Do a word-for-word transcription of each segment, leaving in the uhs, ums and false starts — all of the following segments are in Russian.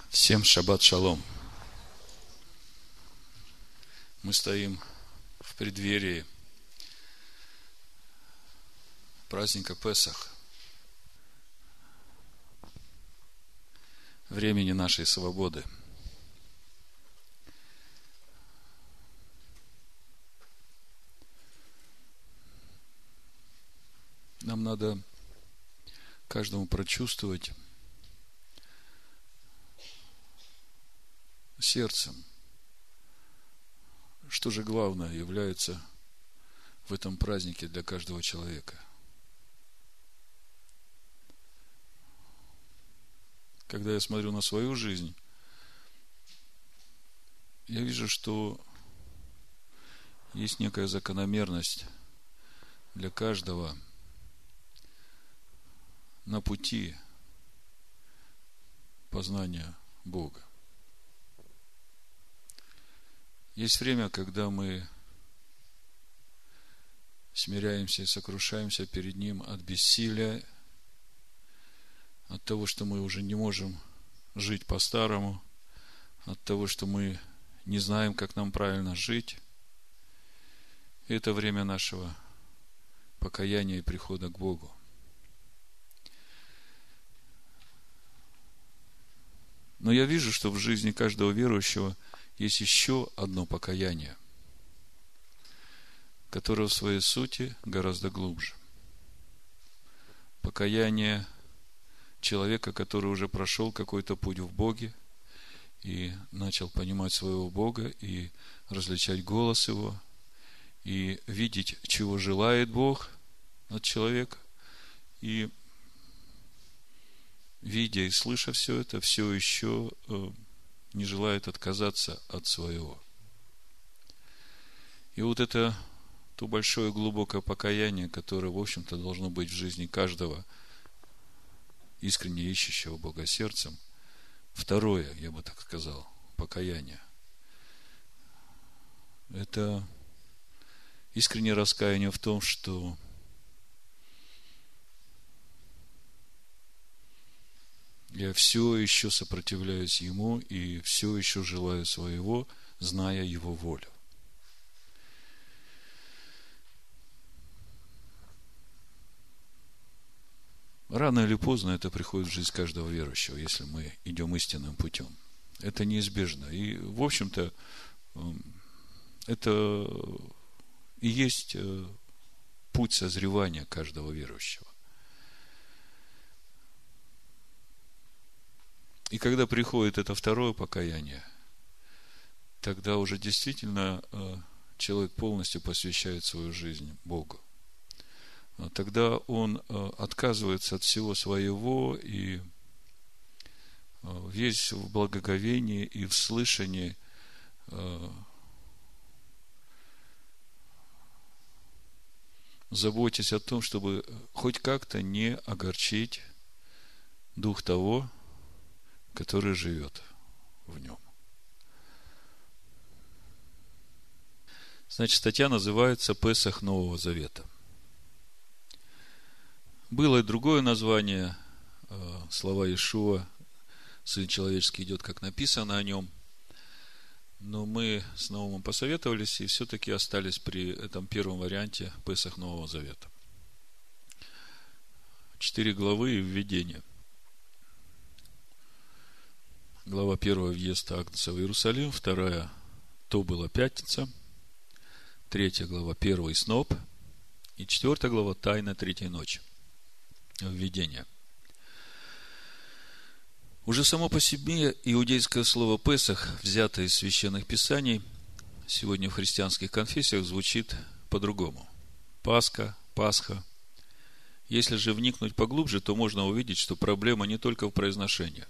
Всем шаббат шалом. Мы стоим в преддверии праздника Песах, времени нашей свободы. Нам надо каждому прочувствовать сердцем, что же главное является в этом празднике для каждого человека. Когда я смотрю на свою жизнь, я вижу, что есть некая закономерность для каждого на пути познания Бога. Есть время, когда мы смиряемся и сокрушаемся перед Ним от бессилия, от того, что мы уже не можем жить по-старому, от того, что мы не знаем, как нам правильно жить. И это время нашего покаяния и прихода к Богу. Но я вижу, что в жизни каждого верующего есть еще одно покаяние, которое в своей сути гораздо глубже. Покаяние человека, который уже прошел какой-то путь в Боге и начал понимать своего Бога и различать голос Его, и видеть, чего желает Бог от человека, и видя и слыша все это, все еще не желает отказаться от своего. И вот это то большое глубокое покаяние, которое, в общем-то, должно быть в жизни каждого искренне ищущего Бога сердцем. Второе, я бы так сказал, покаяние. Это искреннее раскаяние в том, что я все еще сопротивляюсь Ему и все еще желаю своего, зная Его волю. Рано или поздно это приходит в жизнь каждого верующего, если мы идем истинным путем. Это неизбежно. И, в общем-то, это и есть путь созревания каждого верующего. И когда приходит это второе покаяние, тогда уже действительно человек полностью посвящает свою жизнь Богу. Тогда он отказывается от всего своего и весь в благоговении и в слышании заботясь о том, чтобы хоть как-то не огорчить дух того, который живет в нем. Значит, статья называется «Песах Нового Завета». Было и другое название, слова Иешуа, Сын Человеческий идет, как написано о нем. Но мы с Наумом посоветовались и все-таки остались при этом первом варианте Песах Нового Завета. Четыре главы и введение. Глава первая – въезд Агнца в Иерусалим. Вторая – то была пятница. Третья глава – первый сноп. И четвертая глава – тайна третьей ночи. Введение. Уже само по себе иудейское слово «Песах», взятое из священных писаний, сегодня в христианских конфессиях звучит по-другому. Пасха, Пасха. Если же вникнуть поглубже, то можно увидеть, что проблема не только в произношении.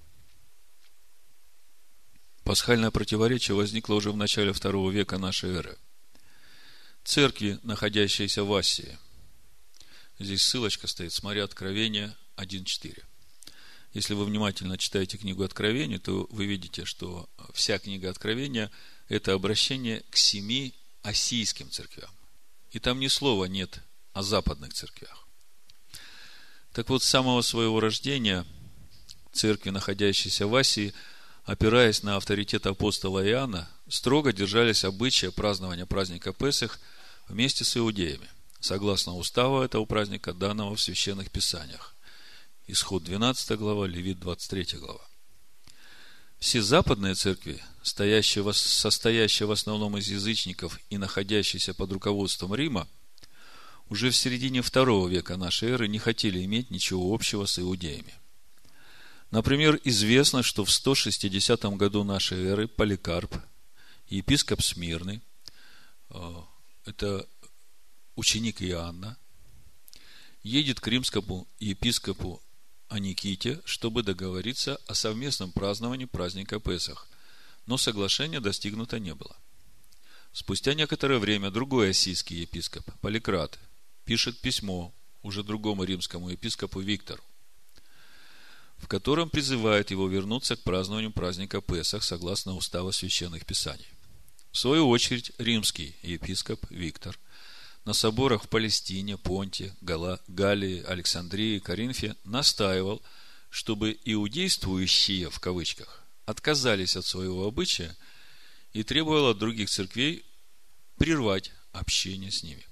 Пасхальное противоречие возникло уже в начале второго века нашей эры. Церкви, находящиеся в Асии. Здесь ссылочка стоит, смотря Откровение один четыре. Если вы внимательно читаете книгу Откровения, то вы видите, что вся книга Откровения – это обращение к семи асийским церквям. И там ни слова нет о западных церквях. Так вот, с самого своего рождения церкви, находящиеся в Асии, опираясь на авторитет апостола Иоанна, строго держались обычая празднования праздника Песах вместе с иудеями, согласно уставу этого праздника, данного в священных писаниях. Исход двенадцатая глава, Левит двадцать третья глава. Все западные церкви, стоящие, состоящие в основном из язычников и находящиеся под руководством Рима, уже в середине второго века нашей эры не хотели иметь ничего общего с иудеями. Например, известно, что в сто шестидесятом году нашей эры Поликарп, епископ Смирны, это ученик Иоанна, едет к римскому епископу Аниките, чтобы договориться о совместном праздновании праздника Песах, но соглашения достигнуто не было. Спустя некоторое время другой ассийский епископ, Поликрат, пишет письмо уже другому римскому епископу Виктору, в котором призывает его вернуться к празднованию праздника Песах согласно уставу священных писаний. В свою очередь, римский епископ Виктор на соборах в Палестине, Понте, Гала, Галлии, Александрии, Коринфе настаивал, чтобы иудействующие, в кавычках, отказались от своего обычая и требовал от других церквей прервать общение с ними.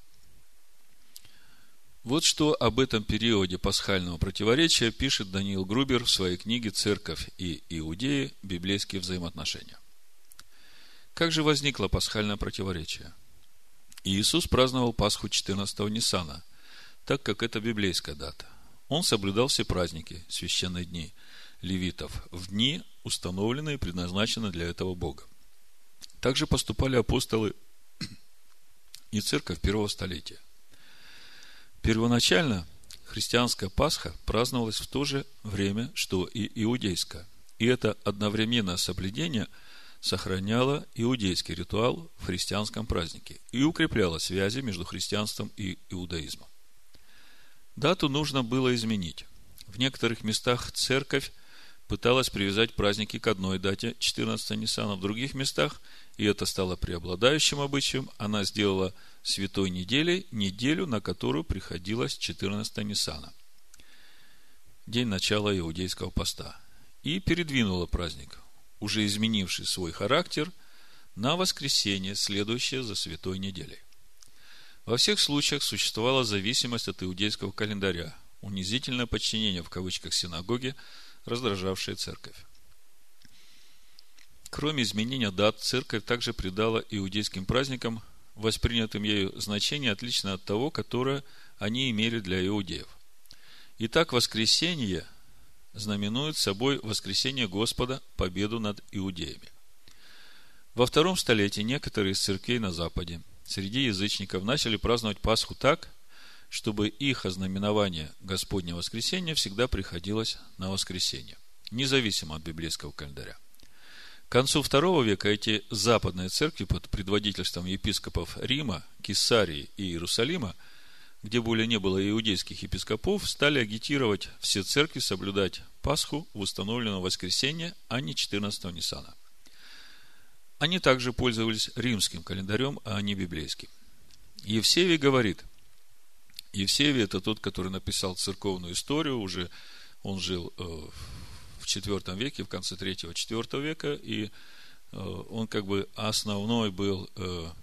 Вот что об этом периоде пасхального противоречия пишет Даниил Грубер в своей книге «Церковь и иудеи. Библейские взаимоотношения». Как же возникло пасхальное противоречие? Иисус праздновал Пасху четырнадцатого Ниссана, так как это библейская дата. Он соблюдал все праздники, священные дни левитов, в дни, установленные и предназначенные для этого Бога. Также поступали апостолы и церковь первого столетия. Первоначально христианская Пасха праздновалась в то же время, что и иудейская. И это одновременное соблюдение сохраняло иудейский ритуал в христианском празднике и укрепляло связи между христианством и иудаизмом. Дату нужно было изменить. В некоторых местах церковь пыталась привязать праздники к одной дате, четырнадцатого Ниссана, в других местах, и это стало преобладающим обычаем, она сделала святой неделей неделю, на которую приходилось четырнадцатого Ниссана, день начала иудейского поста, и передвинула праздник, уже изменивший свой характер, на воскресенье, следующее за святой неделей. Во всех случаях существовала зависимость от иудейского календаря, унизительное подчинение в кавычках синагоге, раздражавшее церковь. Кроме изменения дат, церковь также придала иудейским праздникам, воспринятым ею, значение, отличное от того, которое они имели для иудеев. Итак, воскресенье знаменует собой воскресение Господа, победу над иудеями. Во втором столетии некоторые из церквей на Западе среди язычников начали праздновать Пасху так, чтобы их ознаменование Господне воскресения всегда приходилось на воскресенье, независимо от библейского календаря. К концу второго века эти западные церкви под предводительством епископов Рима, Кесарии и Иерусалима, где более не было иудейских епископов, стали агитировать все церкви соблюдать Пасху в установленное воскресенье, а не четырнадцатого Ниссана. Они также пользовались римским календарем, а не библейским. Евсевий говорит, Евсевий это тот, который написал церковную историю, уже он жил в четвертом веке, в конце третьего-четвертого века, и он как бы основной был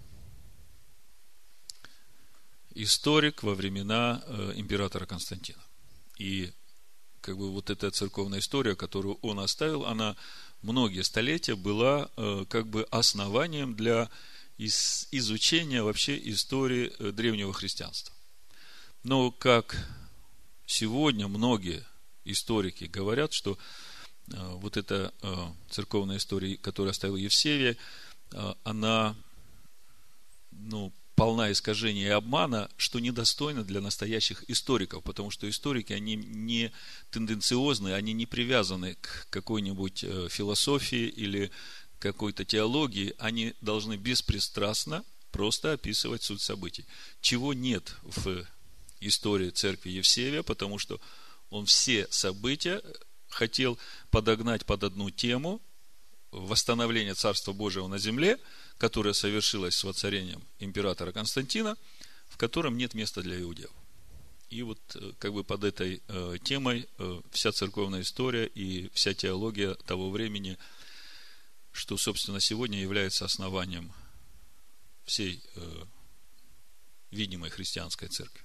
историк во времена императора Константина. И как бы вот эта церковная история, которую он оставил, она многие столетия была как бы основанием для изучения вообще истории древнего христианства. Но как сегодня многие историки говорят, что вот эта церковная история, которую оставил Евсевий, она, ну, полна искажения и обмана, что недостойно для настоящих историков, потому что историки, они не тенденциозны, они не привязаны к какой-нибудь философии или какой-то теологии, они должны беспристрастно просто описывать суть событий, чего нет в истории церкви Евсевия, потому что он все события хотел подогнать под одну тему: восстановление Царства Божьего на земле, которое совершилось с воцарением императора Константина, в котором нет места для иудеев. И вот как бы под этой э, темой э, вся церковная история и вся теология того времени, что, собственно, сегодня является основанием всей э, видимой христианской церкви.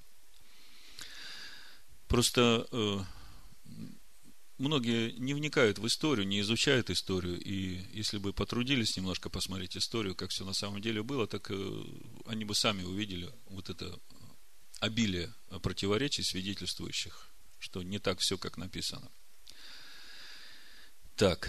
Просто э, многие не вникают в историю, не изучают историю, и если бы потрудились немножко посмотреть историю, как все на самом деле было, так э, они бы сами увидели вот это обилие противоречий, свидетельствующих, что не так все, как написано. Так.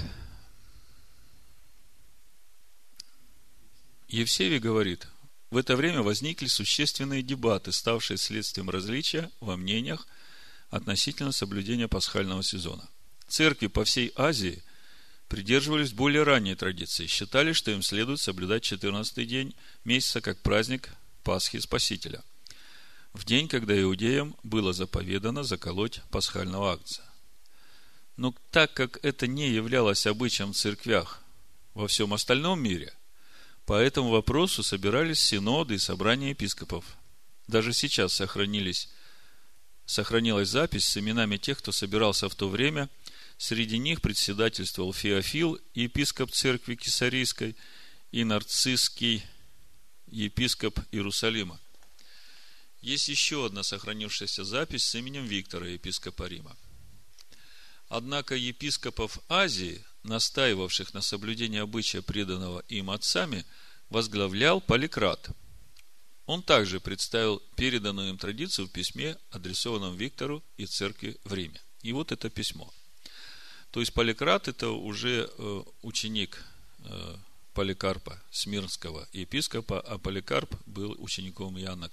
Евсевий говорит: в это время возникли существенные дебаты, ставшие следствием различия во мнениях относительно соблюдения пасхального сезона. Церкви по всей Азии придерживались более ранней традиции, считали, что им следует соблюдать четырнадцатый день месяца как праздник Пасхи Спасителя, в день, когда иудеям было заповедано заколоть пасхального агнца. Но так как это не являлось обычаем в церквях во всем остальном мире, по этому вопросу собирались синоды и собрания епископов. Даже сейчас сохранились, сохранилась запись с именами тех, кто собирался в то время. Среди них председательствовал Феофил, епископ церкви Кесарийской, и Нарцисский, епископ Иерусалима. Есть еще одна сохранившаяся запись с именем Виктора, епископа Рима. Однако епископов Азии, настаивавших на соблюдении обычая, преданного им отцами, возглавлял Поликрат. Он также представил переданную им традицию в письме, адресованном Виктору и церкви в Риме. И вот это письмо. То есть Поликрат – это уже ученик Поликарпа, смирнского епископа, а Поликарп был учеником Иоанна,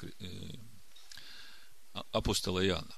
апостола Иоанна.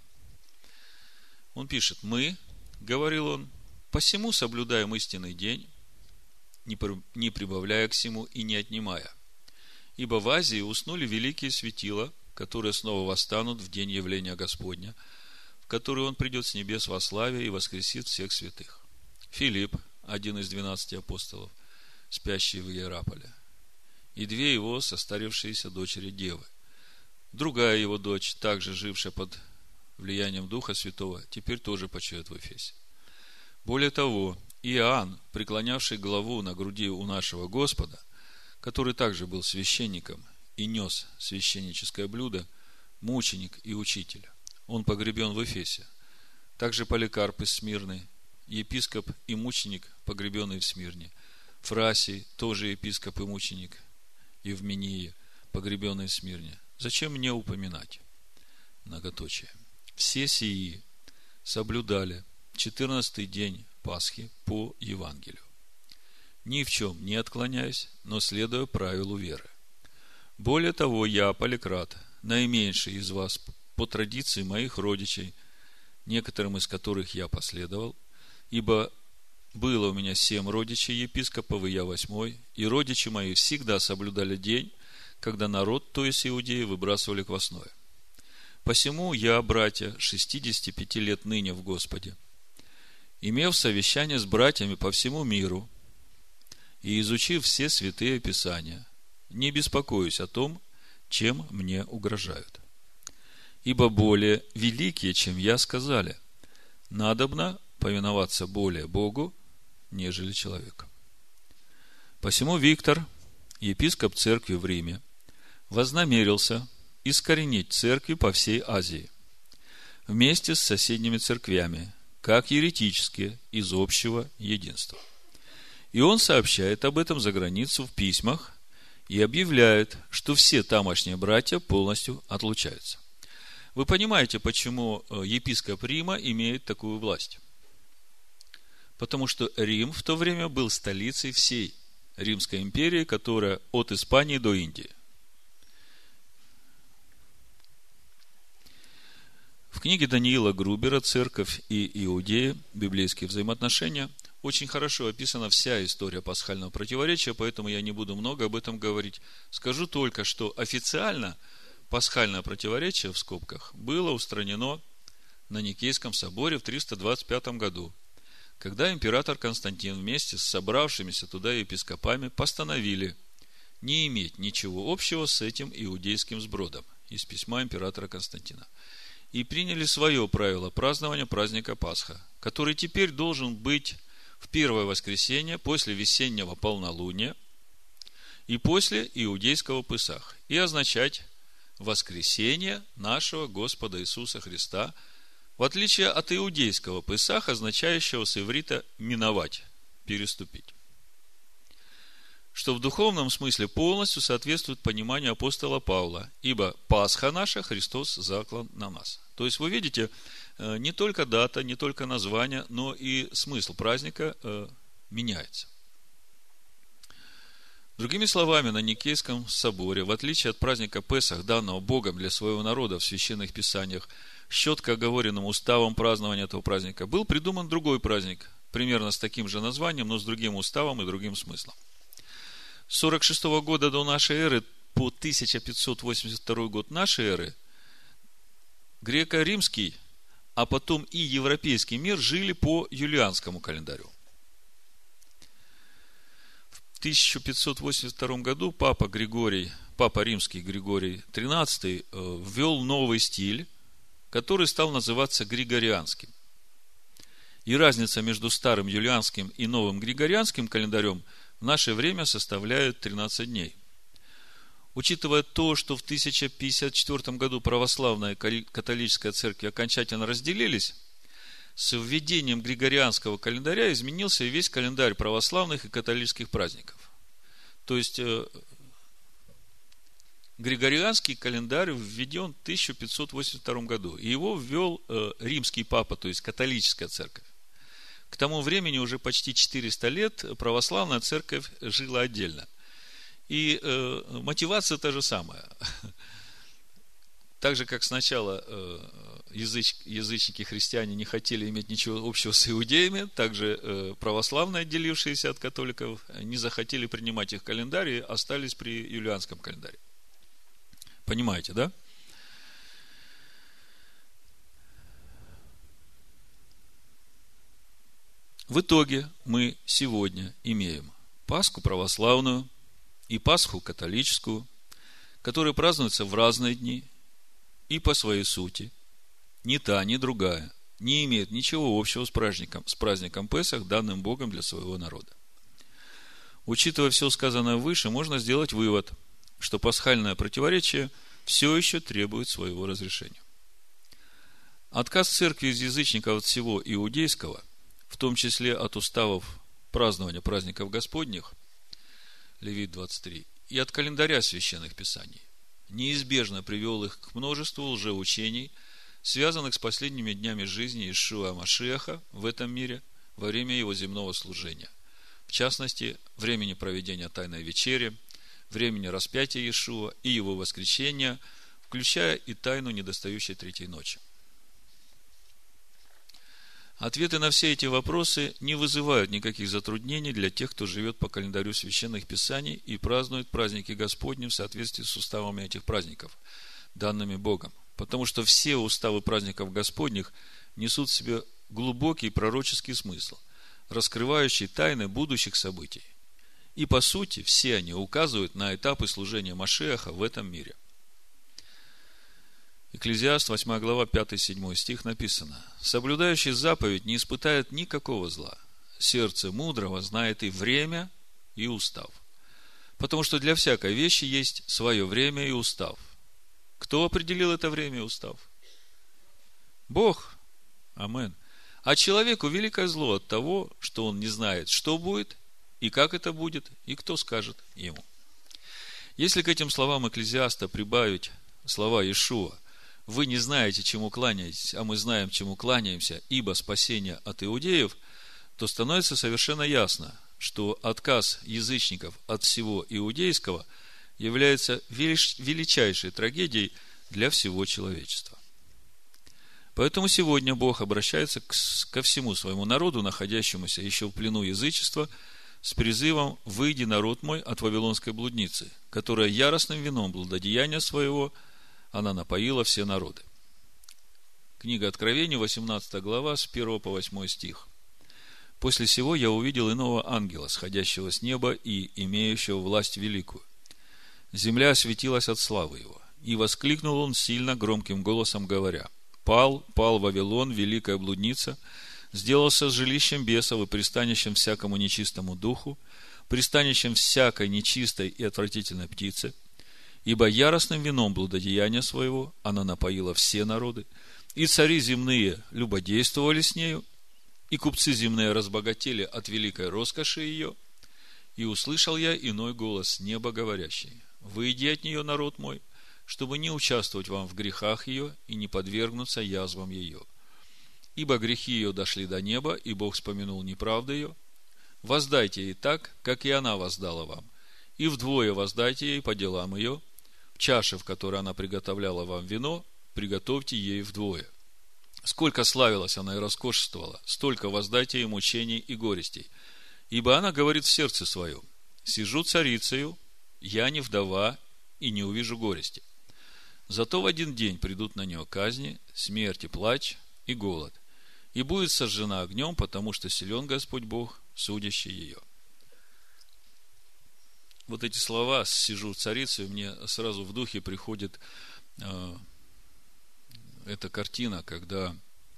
Он пишет: мы, говорил он, посему соблюдаем истинный день, не прибавляя к сему и не отнимая. Ибо в Азии уснули великие светила, которые снова восстанут в день явления Господня, в который он придет с небес во славе и воскресит всех святых. Филипп, один из двенадцати апостолов, спящий в Иераполе, и две его состарившиеся дочери девы. Другая его дочь, также жившая под влиянием Духа Святого, теперь тоже почивает в Эфесе. Более того, Иоанн, преклонявший главу на груди у нашего Господа, который также был священником и нес священническое блюдо, мученик и учитель, он погребен в Эфесе. Также Поликарп из Смирны, епископ и мученик, погребенный в Смирне. Фрасий, тоже епископ и мученик, Евмении, погребенный в Смирне. Зачем мне упоминать? Многоточие. Все сии соблюдали четырнадцатый день Пасхи по Евангелию, ни в чем не отклоняясь, но следуя правилу веры. Более того, я, Поликрат, наименьший из вас по традиции моих родичей, некоторым из которых я последовал, ибо было у меня семь родичей епископов, и я восьмой, и родичи мои всегда соблюдали день, когда народ, то есть иудеи, выбрасывали квасное. Посему я, братья, шестидесяти пяти лет ныне в Господе, имев совещание с братьями по всему миру и изучив все святые писания, не беспокоюсь о том, чем мне угрожают. Ибо более великие, чем я, сказали: надобно повиноваться более Богу, нежели человеку. Посему Виктор, епископ церкви в Риме, вознамерился искоренить церкви по всей Азии, вместе с соседними церквями, как еретические, из общего единства. И он сообщает об этом за границу в письмах и объявляет, что все тамошние братья полностью отлучаются. Вы понимаете, почему епископ Рима имеет такую власть? Потому что Рим в то время был столицей всей Римской империи, которая от Испании до Индии. В книге Даниила Грубера «Церковь и Иудеи. Библейские взаимоотношения» очень хорошо описана вся история пасхального противоречия, поэтому я не буду много об этом говорить. Скажу только, что официально пасхальное противоречие, в скобках, было устранено на Никейском соборе в триста двадцать пятом году, когда император Константин вместе с собравшимися туда епископами постановили не иметь ничего общего с этим иудейским сбродом из письма императора Константина. и приняли свое правило празднования праздника Пасха, который теперь должен быть в первое воскресенье после весеннего полнолуния и после иудейского Песах, и означать воскресение нашего Господа Иисуса Христа, в отличие от иудейского Песаха, означающего с иврита миновать, переступить, что в духовном смысле полностью соответствует пониманию апостола Павла, ибо Пасха наша, Христос заклан на нас. То есть, вы видите, не только дата, не только название, но и смысл праздника меняется. Другими словами, на Никейском соборе, в отличие от праздника Песах, данного Богом для своего народа в священных писаниях, с четко оговоренным уставом празднования этого праздника, был придуман другой праздник, примерно с таким же названием, но с другим уставом и другим смыслом. С сорок шестого года до нашей эры по тысяча пятьсот восемьдесят второй год нашей эры греко-римский, а потом и европейский мир жили по юлианскому календарю. В тысяча пятьсот восемьдесят втором году папа Григорий, папа римский Григорий тринадцатый ввел новый стиль, который стал называться григорианским. И разница между старым юлианским и новым григорианским календарем в наше время составляет тринадцать дней. Учитывая то, что в тысяча пятьдесят четвёртом году православная и католическая церкви окончательно разделились, с введением григорианского календаря изменился и весь календарь православных и католических праздников. То есть, григорианский календарь введен в тысяча пятьсот восемьдесят втором году, и его ввел римский папа, то есть католическая церковь. К тому времени уже почти четыреста лет православная церковь жила отдельно. И э, мотивация та же самая. Так же, как сначала э, языч, язычники христиане не хотели иметь ничего общего с иудеями, также э, православные, отделившиеся от католиков, не захотели принимать их календарь и остались при юлианском календаре. Понимаете, да? В итоге мы сегодня имеем Пасху православную и Пасху католическую, которые празднуются в разные дни и по своей сути ни та, ни другая не имеет ничего общего с праздником, с праздником Песах, данным Богом для своего народа. Учитывая все сказанное выше, можно сделать вывод, что пасхальное противоречие все еще требует своего разрешения. Отказ церкви из язычников от всего иудейского, в том числе от уставов празднования праздников Господних, Левит двадцать три, и от календаря священных писаний, неизбежно привел их к множеству лжеучений, связанных с последними днями жизни Иешуа Машиаха в этом мире во время его земного служения. В частности, времени проведения Тайной вечери, времени распятия Иешуа и его воскресения, включая и тайну недостающей третьей ночи. Ответы на все эти вопросы не вызывают никаких затруднений для тех, кто живет по календарю священных писаний и празднует праздники Господни в соответствии с уставами этих праздников, данными Богом. Потому что все уставы праздников Господних несут в себе глубокий пророческий смысл, раскрывающий тайны будущих событий. И по сути, все они указывают на этапы служения Машиаха в этом мире. Экклезиаст, восьмая глава, пятый-седьмой стих написано: «Соблюдающий заповедь не испытает никакого зла. Сердце мудрого знает и время, и устав. Потому что для всякой вещи есть свое время и устав». Кто определил это время и устав? Бог. Амен. А человеку великое зло от того, что он не знает, что будет, и как это будет, и кто скажет ему. Если к этим словам Экклезиаста прибавить слова Иешуа: «Вы не знаете, чему кланяетесь, а мы знаем, чему кланяемся, ибо спасение от иудеев», то становится совершенно ясно, что отказ язычников от всего иудейского является величайшей трагедией для всего человечества. Поэтому сегодня Бог обращается ко всему своему народу, находящемуся еще в плену язычества, с призывом: «Выйди, народ мой, от вавилонской блудницы, которая яростным вином блудодеяния своего она напоила все народы». Книга Откровения, восемнадцатая глава, с первого по восьмой стих. «После сего я увидел иного ангела, сходящего с неба и имеющего власть великую. Земля осветилась от славы его, и воскликнул он сильно громким голосом, говоря: Пал, пал Вавилон, великая блудница, сделался жилищем бесов и пристанищем всякому нечистому духу, пристанищем всякой нечистой и отвратительной птицы, ибо яростным вином блудодеяния своего она напоила все народы, и цари земные любодействовали с нею, и купцы земные разбогатели от великой роскоши ее. И услышал я иной голос с неба, говорящий: выйди от нее, народ мой, чтобы не участвовать вам в грехах ее и не подвергнуться язвам ее. Ибо грехи ее дошли до неба, и Бог вспомянул неправду ее. Воздайте ей так, как и она воздала вам, и вдвое воздайте ей по делам ее. В чаше, в которой она приготовляла вам вино, приготовьте ей вдвое. Сколько славилась она и роскошествовала, столько воздайте ей мучений и горестей. Ибо она говорит в сердце своем: сижу царицею, я не вдова и не увижу горести. Зато в один день придут на нее казни, смерть и плач и голод, и будет сожжена огнем, потому что силен Господь Бог, судящий ее. Вот эти слова «сижу царицею», мне сразу в духе приходит э, эта картина, когда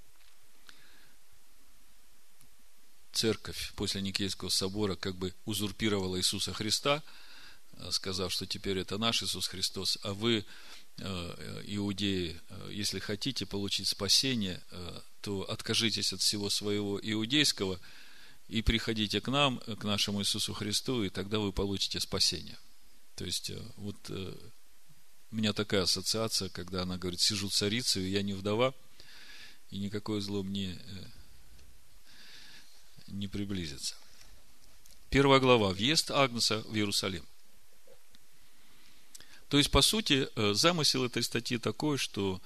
церковь после Никейского собора как бы узурпировала Иисуса Христа, сказав, что теперь это наш Иисус Христос, а вы, иудеи, если хотите получить спасение, то откажитесь от всего своего иудейского и приходите к нам, к нашему Иисусу Христу, и тогда вы получите спасение. То есть, вот у меня такая ассоциация, когда она говорит: сижу царицею, я не вдова, и никакое зло мне не приблизится. Первая глава. Въезд Агнца в Иерусалим. То есть, по сути, замысел этой статьи такой, что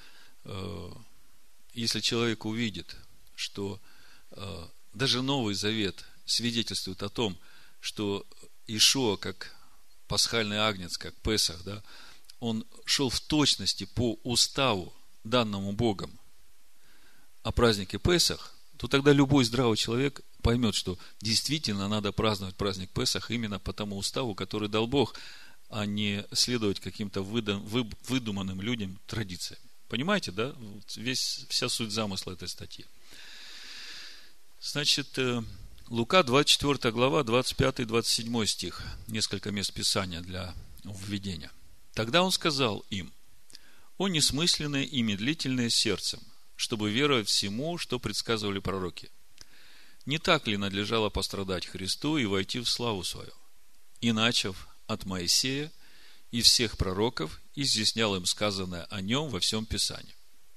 если человек увидит, что даже Новый Завет свидетельствует о том, что Иешуа, как пасхальный агнец, как Песах, да, он шел в точности по уставу, данному Богом, о празднике Песах, то тогда любой здравый человек поймет, что действительно надо праздновать праздник Песах именно по тому уставу, который дал Бог, а не следовать каким-то выдуманным людям традициям. Понимаете, да? Весь, вся суть замысла этой статьи. Значит, Лука, двадцать четвёртая глава, двадцать пятый двадцать седьмой стих. Несколько мест Писания для введения. Тогда он сказал им: о несмысленные и медлительные сердцем, чтобы веровать всему, что предсказывали пророки. Не так ли надлежало пострадать Христу и войти в славу свою? И, начав от Моисея и всех пророков, изъяснял им сказанное о нем во всем Писании.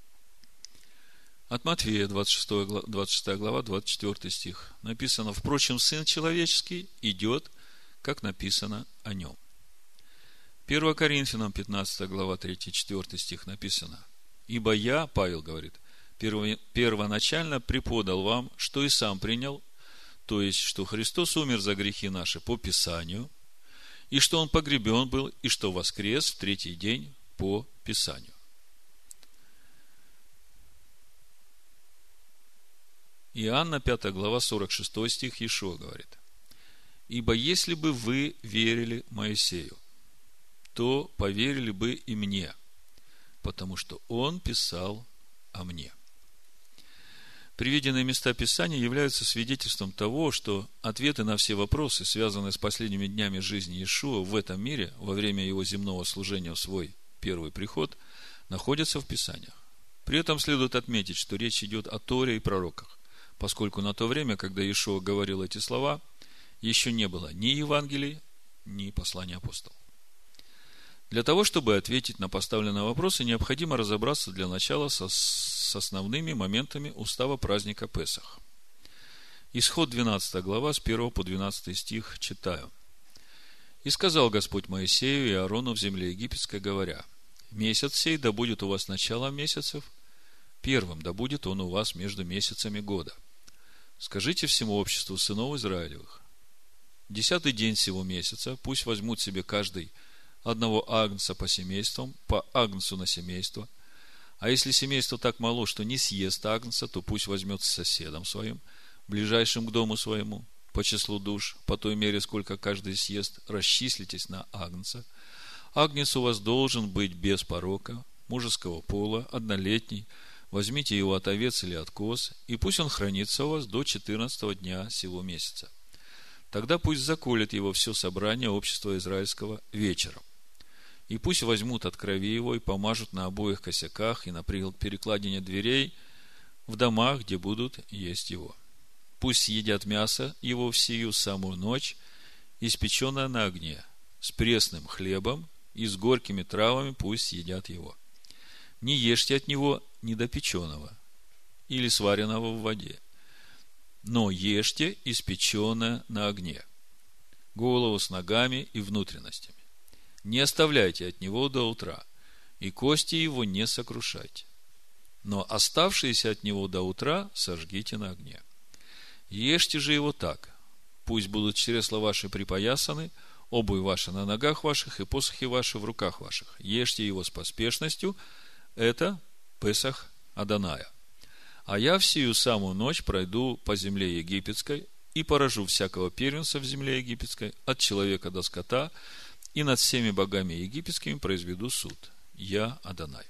От Матфея, двадцать шестая глава, двадцать четвёртый стих. Написано: впрочем, Сын Человеческий идет, как написано о нем. первое Коринфянам, пятнадцатая глава, третий-четвёртый стих написано: ибо я, Павел говорит, первоначально преподал вам, что и сам принял, то есть, что Христос умер за грехи наши по Писанию, и что Он погребен был, и что воскрес в третий день по Писанию. Иоанна, пятая глава, сорок шестой стих, Иешуа говорит: ибо если бы вы верили Моисею, то поверили бы и мне, потому что он писал о мне. Приведенные места Писания являются свидетельством того, что ответы на все вопросы, связанные с последними днями жизни Иешуа в этом мире во время его земного служения в свой первый приход, находятся в Писаниях. При этом следует отметить, что речь идет о Торе и пророках, поскольку на то время, когда Иешуа говорил эти слова, еще не было ни Евангелий, ни послания апостолов. Для того, чтобы ответить на поставленные вопросы, необходимо разобраться для начала со, с основными моментами устава праздника Песах. Исход двенадцатая глава, с первого по двенадцатый стих читаю. «И сказал Господь Моисею и Аарону в земле египетской, говоря: месяц сей да будет у вас началом месяцев, первым да будет он у вас между месяцами года. Скажите всему обществу сынов Израилевых: десятый день сего месяца пусть возьмут себе каждый одного агнца по семействам, по агнцу на семейство. А если семейство так мало, что не съест агнца, то пусть возьмет с соседом своим, ближайшим к дому своему, по числу душ, по той мере, сколько каждый съест, расчислитесь на агнца. Агнец у вас должен быть без порока, мужеского пола, однолетний, возьмите его от овец или от коз, и пусть он хранится у вас до четырнадцатого дня сего месяца. Тогда пусть заколет его все собрание общества израильского вечером. И пусть возьмут от крови его и помажут на обоих косяках и на перекладине дверей в домах, где будут есть его. Пусть съедят мясо его в сию самую ночь, испеченное на огне, с пресным хлебом и с горькими травами пусть съедят его. Не ешьте от него недопеченного или сваренного в воде, но ешьте испеченное на огне, голову с ногами и внутренностями. Не оставляйте от него до утра, и кости его не сокрушайте. Но оставшиеся от него до утра сожгите на огне. Ешьте же его так: пусть будут чресла ваши припоясаны, обувь ваша на ногах ваших и посохи ваши в руках ваших. Ешьте его с поспешностью, это Песах Адоная. А я в сию самую ночь пройду по земле египетской и поражу всякого первенца в земле египетской, от человека до скота, и над всеми богами египетскими произведу суд. Я Адонай.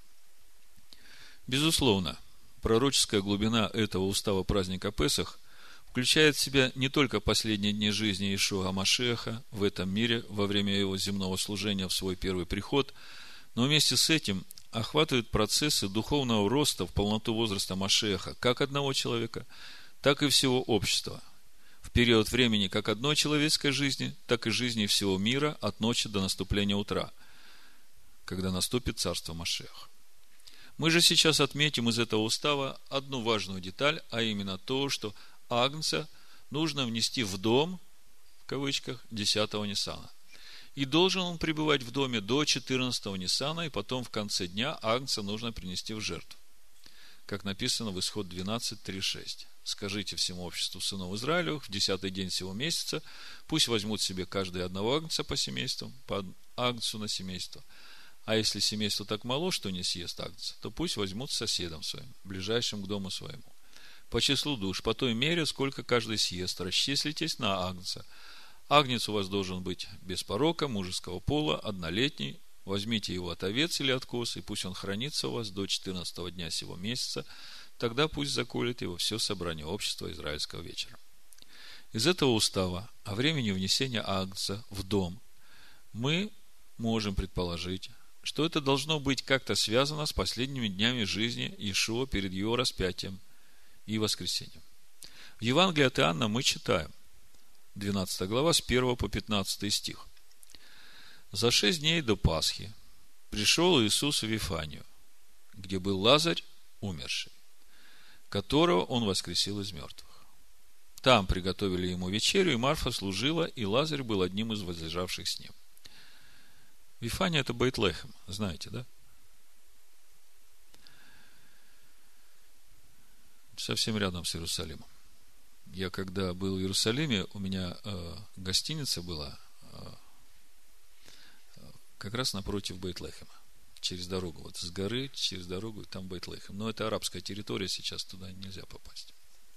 Безусловно, пророческая глубина этого устава праздника Песах включает в себя не только последние дни жизни Иешуа Машиаха в этом мире во время его земного служения в свой первый приход, но вместе с этим охватывает процессы духовного роста в полноту возраста Машиаха как одного человека, так и всего общества, в период времени как одной человеческой жизни, так и жизни всего мира от ночи до наступления утра, когда наступит царство Машиаха. Мы же сейчас отметим из этого устава одну важную деталь, а именно то, что агнца нужно внести в дом, в кавычках, десятого Ниссана. И должен он пребывать в доме до четырнадцатого Ниссана, и потом в конце дня агнца нужно принести в жертву. Как написано в Исход двенадцать, три шесть. Скажите всему обществу сынов Израилевых в десятый день сего месяца, пусть возьмут себе каждый одного агнца по семействам, по агнцу на семейство. А если семейство так мало, что не съест агнца, то пусть возьмут соседом своим, ближайшим к дому своему. По числу душ, по той мере, сколько каждый съест, расчислитесь на агнца. Агнец у вас должен быть без порока, мужеского пола, однолетний. Возьмите его от овец или от коз, и пусть он хранится у вас до четырнадцатого дня сего месяца. Тогда пусть заколет его все собрание общества израильского вечера. Из этого устава о времени внесения агнца в дом мы можем предположить, что это должно быть как-то связано с последними днями жизни Иешуа перед его распятием и воскресением. В Евангелии от Иоанна мы читаем, двенадцатая глава, с первого по пятнадцатый стих. За шесть дней до Пасхи пришел Иисус в Вифанию, где был Лазарь, умерший, которого он воскресил из мертвых. Там приготовили ему вечерю, и Марфа служила, и Лазарь был одним из возлежавших с ним. Вифания – это Бейт-Лехем, знаете, да? Совсем рядом с Иерусалимом. Я когда был в Иерусалиме, у меня э, гостиница была э, как раз напротив Бейт-Лехема. Через дорогу, вот с горы, через дорогу, там Бейт-Лехем. Но это арабская территория, сейчас туда нельзя попасть.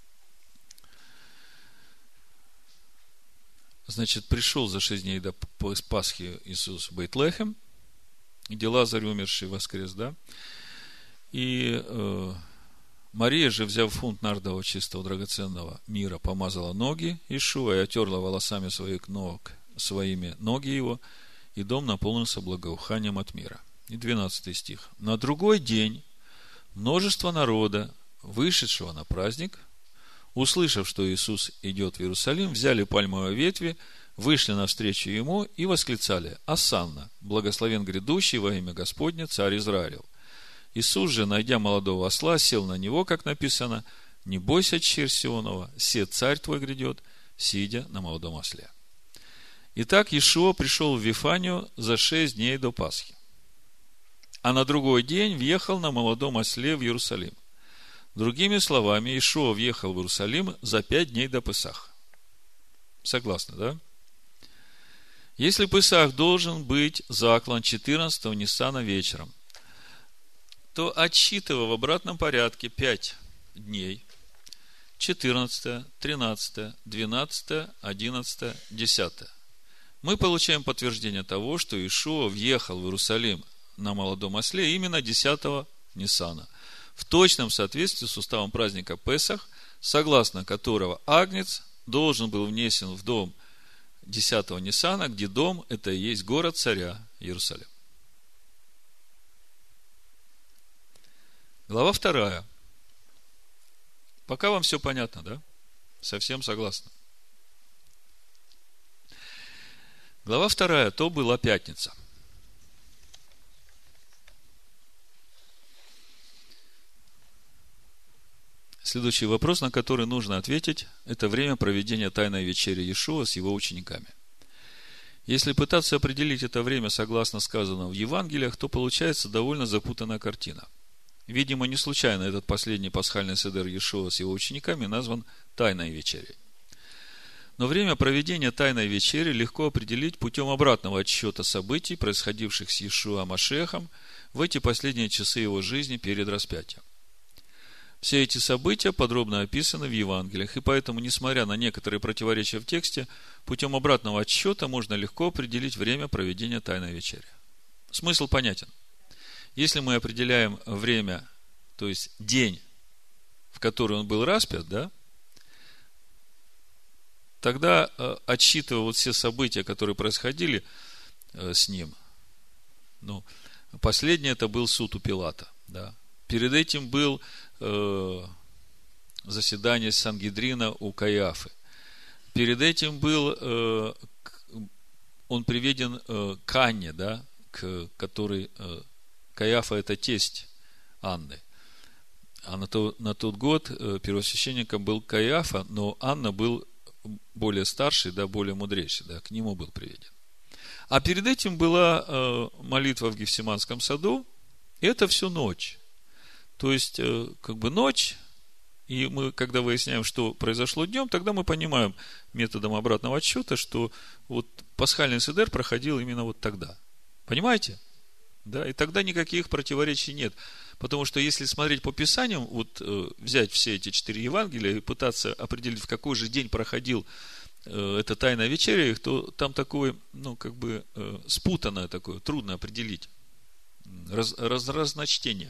Значит, пришел за шесть дней до Пасхи Иисус в Бейт-Лехем, где Лазарь умерший воскрес, да? И э, Мария же, взяв фунт нардового чистого драгоценного мира, помазала ноги Иешуа и отерла волосами своих ног своими ноги его, и дом наполнился благоуханием от мира. И двенадцатый стих. На другой день множество народа, вышедшего на праздник, услышав, что Иисус идет в Иерусалим, взяли пальмовые ветви, вышли навстречу ему и восклицали: «Осанна, благословен грядущий во имя Господне, царь Израилев». Иисус же, найдя молодого осла, сел на него, как написано: «Не бойся, черь Сионова, се царь твой грядет, сидя на молодом осле». Итак, Иешуа пришел в Вифанию за шесть дней до Пасхи, а на другой день въехал на молодом осле в Иерусалим. Другими словами, Иешуа въехал в Иерусалим за пять дней до Песаха. Согласны, да? Если Песах должен быть заклан четырнадцатого Ниссана вечером, то, отсчитывая в обратном порядке пять дней, четырнадцатое, тринадцатое, двенадцатое, одиннадцатое, десятое, мы получаем подтверждение того, что Иешуа въехал в Иерусалим на молодом осле именно десятого Ниссана, в точном соответствии с уставом праздника Песах, согласно которого агнец должен был внесен в дом десятого Нисана, где дом – это и есть город царя Иерусалим. Глава вторая. Пока вам все понятно, да? Совсем согласны. Глава вторая. То была пятница. Следующий вопрос, на который нужно ответить, это время проведения Тайной вечери Иешуа с его учениками. Если пытаться определить это время согласно сказанному в Евангелиях, то получается довольно запутанная картина. Видимо, не случайно этот последний пасхальный седер Иешуа с его учениками назван Тайной вечерей. Но время проведения Тайной вечери легко определить путем обратного отсчета событий, происходивших с Иешуа Машиахом в эти последние часы его жизни перед распятием. Все эти события подробно описаны в Евангелиях, и поэтому, несмотря на некоторые противоречия в тексте, путем обратного отсчета можно легко определить время проведения Тайной вечери. Смысл понятен. Если мы определяем время, то есть день, в который он был распят, да, тогда, отсчитывая вот все события, которые происходили с ним, ну, последнее это был суд у Пилата, да. Перед этим был э, заседание Сангедрина у Каиафы. Перед этим был, э, он приведен э, к Анне, да, к который э, Каиафа это тесть Анны. А на, то, на тот год э, первосвященником был Каиафа, но Анна был более старший, да, более мудрейший, да, к нему был приведен. А перед этим была э, молитва в Гефсиманском саду, и это всю ночь. То есть, как бы ночь, и мы, когда выясняем, что произошло днем, тогда мы понимаем методом обратного отсчета, что вот пасхальный седер проходил именно вот тогда. Понимаете? Да, и тогда никаких противоречий нет. Потому что если смотреть по Писаниям, вот взять все эти четыре Евангелия и пытаться определить, в какой же день проходил эта Тайная вечеря, то там такое, ну, как бы спутанное такое, трудно определить. Раз, раз, разночтение.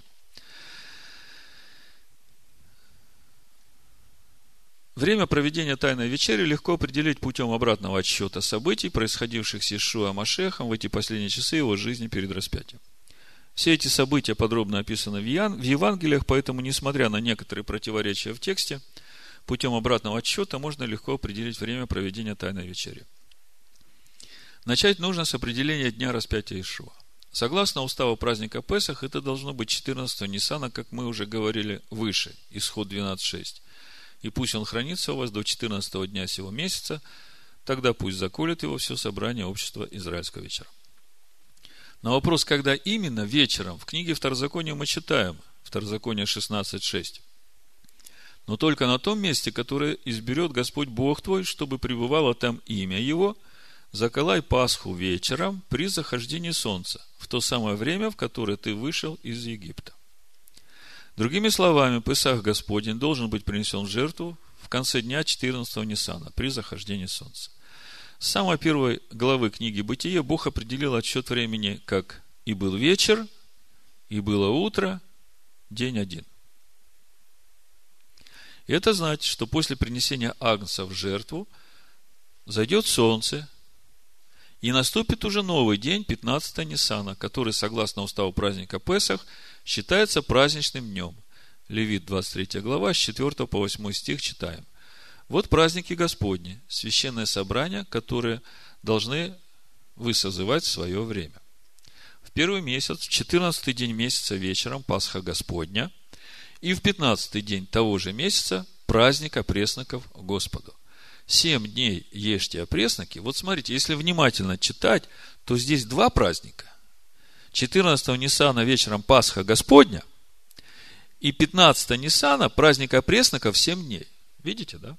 Время проведения Тайной вечери легко определить путем обратного отсчета событий, происходивших с Иешуа Машиахом в эти последние часы его жизни перед распятием. Все эти события подробно описаны в Евангелиях, поэтому, несмотря на некоторые противоречия в тексте, путем обратного отсчета можно легко определить время проведения Тайной вечери. Начать нужно с определения дня распятия Иешуа. Согласно уставу праздника Песах, это должно быть четырнадцатого Нисана, как мы уже говорили выше, Исход двенадцать шесть. И пусть он хранится у вас до четырнадцатого дня сего месяца, тогда пусть заколет его все собрание общества израильского вечера. На вопрос, когда именно вечером, в книге Второзакония мы читаем, Второзаконие шестнадцать шесть. Но только на том месте, которое изберет Господь Бог твой, чтобы пребывало там имя Его, заколай Пасху вечером при захождении солнца, в то самое время, в которое ты вышел из Египта. Другими словами, Песах Господень должен быть принесен в жертву в конце дня четырнадцатого Нисана, при захождении солнца. С самой первой главы книги Бытия Бог определил отсчет времени как «и был вечер, и было утро, день один». И это значит, что после принесения агнца в жертву зайдет солнце, и наступит уже новый день, пятнадцатого Нисана, который, согласно уставу праздника Песах, считается праздничным днем. Левит, двадцать третья глава, с четвёртого по восьмой стих читаем. Вот праздники Господни, священное собрание, которые должны вы созывать в свое время. В первый месяц, в четырнадцатый день месяца вечером Пасха Господня, и в пятнадцатый день того же месяца праздник опресноков Господу. Семь дней ешьте опресноки. Вот смотрите, если внимательно читать, то здесь два праздника. четырнадцатого Нисана вечером Пасха Господня, и пятнадцатого Нисана праздник опресноков семь дней. Видите, да?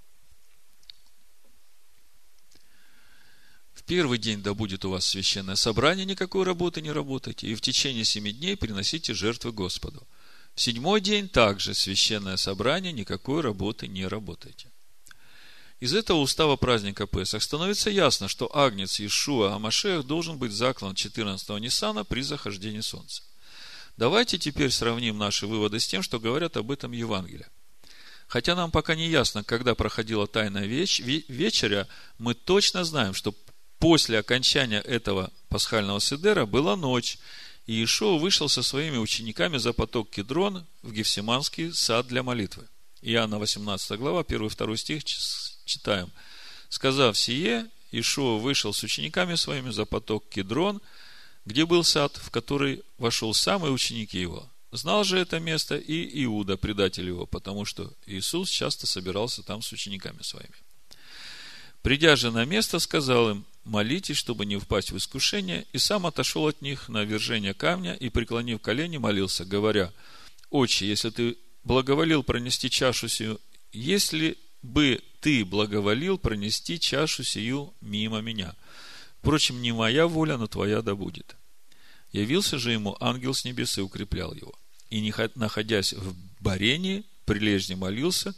В первый день да будет у вас священное собрание, никакой работы не работайте, и в течение семи дней приносите жертвы Господу. В седьмой день также священное собрание, никакой работы не работайте. Из этого устава праздника Песах становится ясно, что агнец Иешуа Амашиах должен быть заклан четырнадцатого Нисана при захождении солнца. Давайте теперь сравним наши выводы с тем, что говорят об этом Евангелие. Хотя нам пока не ясно, когда проходила Тайная вечеря, мы точно знаем, что после окончания этого пасхального седера была ночь, и Иешуа вышел со своими учениками за поток Кидрон в Гефсиманский сад для молитвы. Иоанна восемнадцатая глава, первый-второй стих читаем. Сказав сие, Иешуа вышел с учениками своими за поток Кидрон, где был сад, в который вошел сам и ученики его. Знал же это место и Иуда, предатель его, потому что Иисус часто собирался там с учениками своими. Придя же на место, сказал им: молитесь, чтобы не впасть в искушение, и сам отошел от них на вержение камня и, преклонив колени, молился, говоря: Отче, если ты благоволил пронести чашу сию, если бы ты благоволил пронести чашу сию мимо меня. Впрочем, не моя воля, но твоя да будет. Явился же ему ангел с небес и укреплял его. И, находясь в борении, прилежно молился,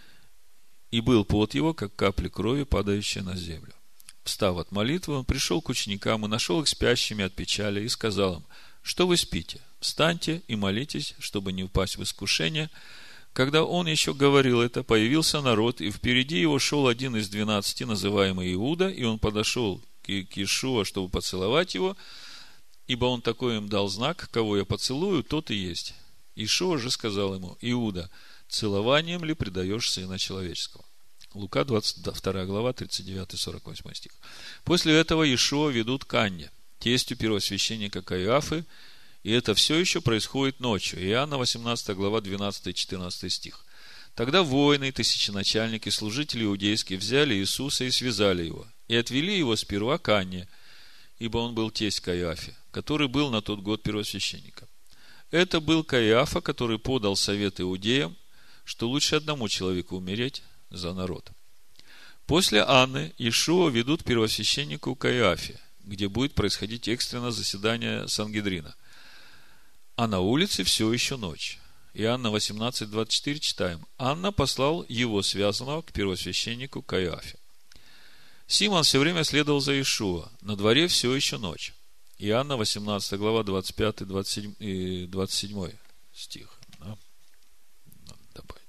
и был пот его, как капли крови, падающие на землю. Встав от молитвы, он пришел к ученикам и нашел их спящими от печали, и сказал им: что вы спите? Встаньте и молитесь, чтобы не упасть в искушение. Когда он еще говорил это, появился народ, и впереди его шел один из двенадцати, называемый Иуда, и он подошел к Иешуа, чтобы поцеловать его, ибо он такой им дал знак: кого я поцелую, тот и есть. Иешуа же сказал ему: Иуда, целованием ли предаешь Сына Человеческого? Лука двадцать вторая глава, тридцать девятый сорок восьмой стих. После этого Иешуа ведут к Анне, тестю первосвященника Каиафы, и это все еще происходит ночью. Иоанна восемнадцатая глава, двенадцатый-четырнадцатый стих. Тогда воины, тысяченачальники, служители иудейские взяли Иисуса и связали его, и отвели его сперва к Анне, ибо он был тесть Каиафе, который был на тот год первосвященником. Это был Каиафа, который подал совет иудеям, что лучше одному человеку умереть за народ. После Анны Иешуа ведут к первосвященнику Каиафе, где будет происходить экстренное заседание Сангедрина. А на улице все еще ночь. Иоанна восемнадцать двадцать четыре читаем. Анна послал его связанного к первосвященнику Каиафе. Симон все время следовал за Иешуа. На дворе все еще ночь. Иоанна восемнадцатая глава, двадцать пятый двадцать седьмой стих. Да? Надо добавить.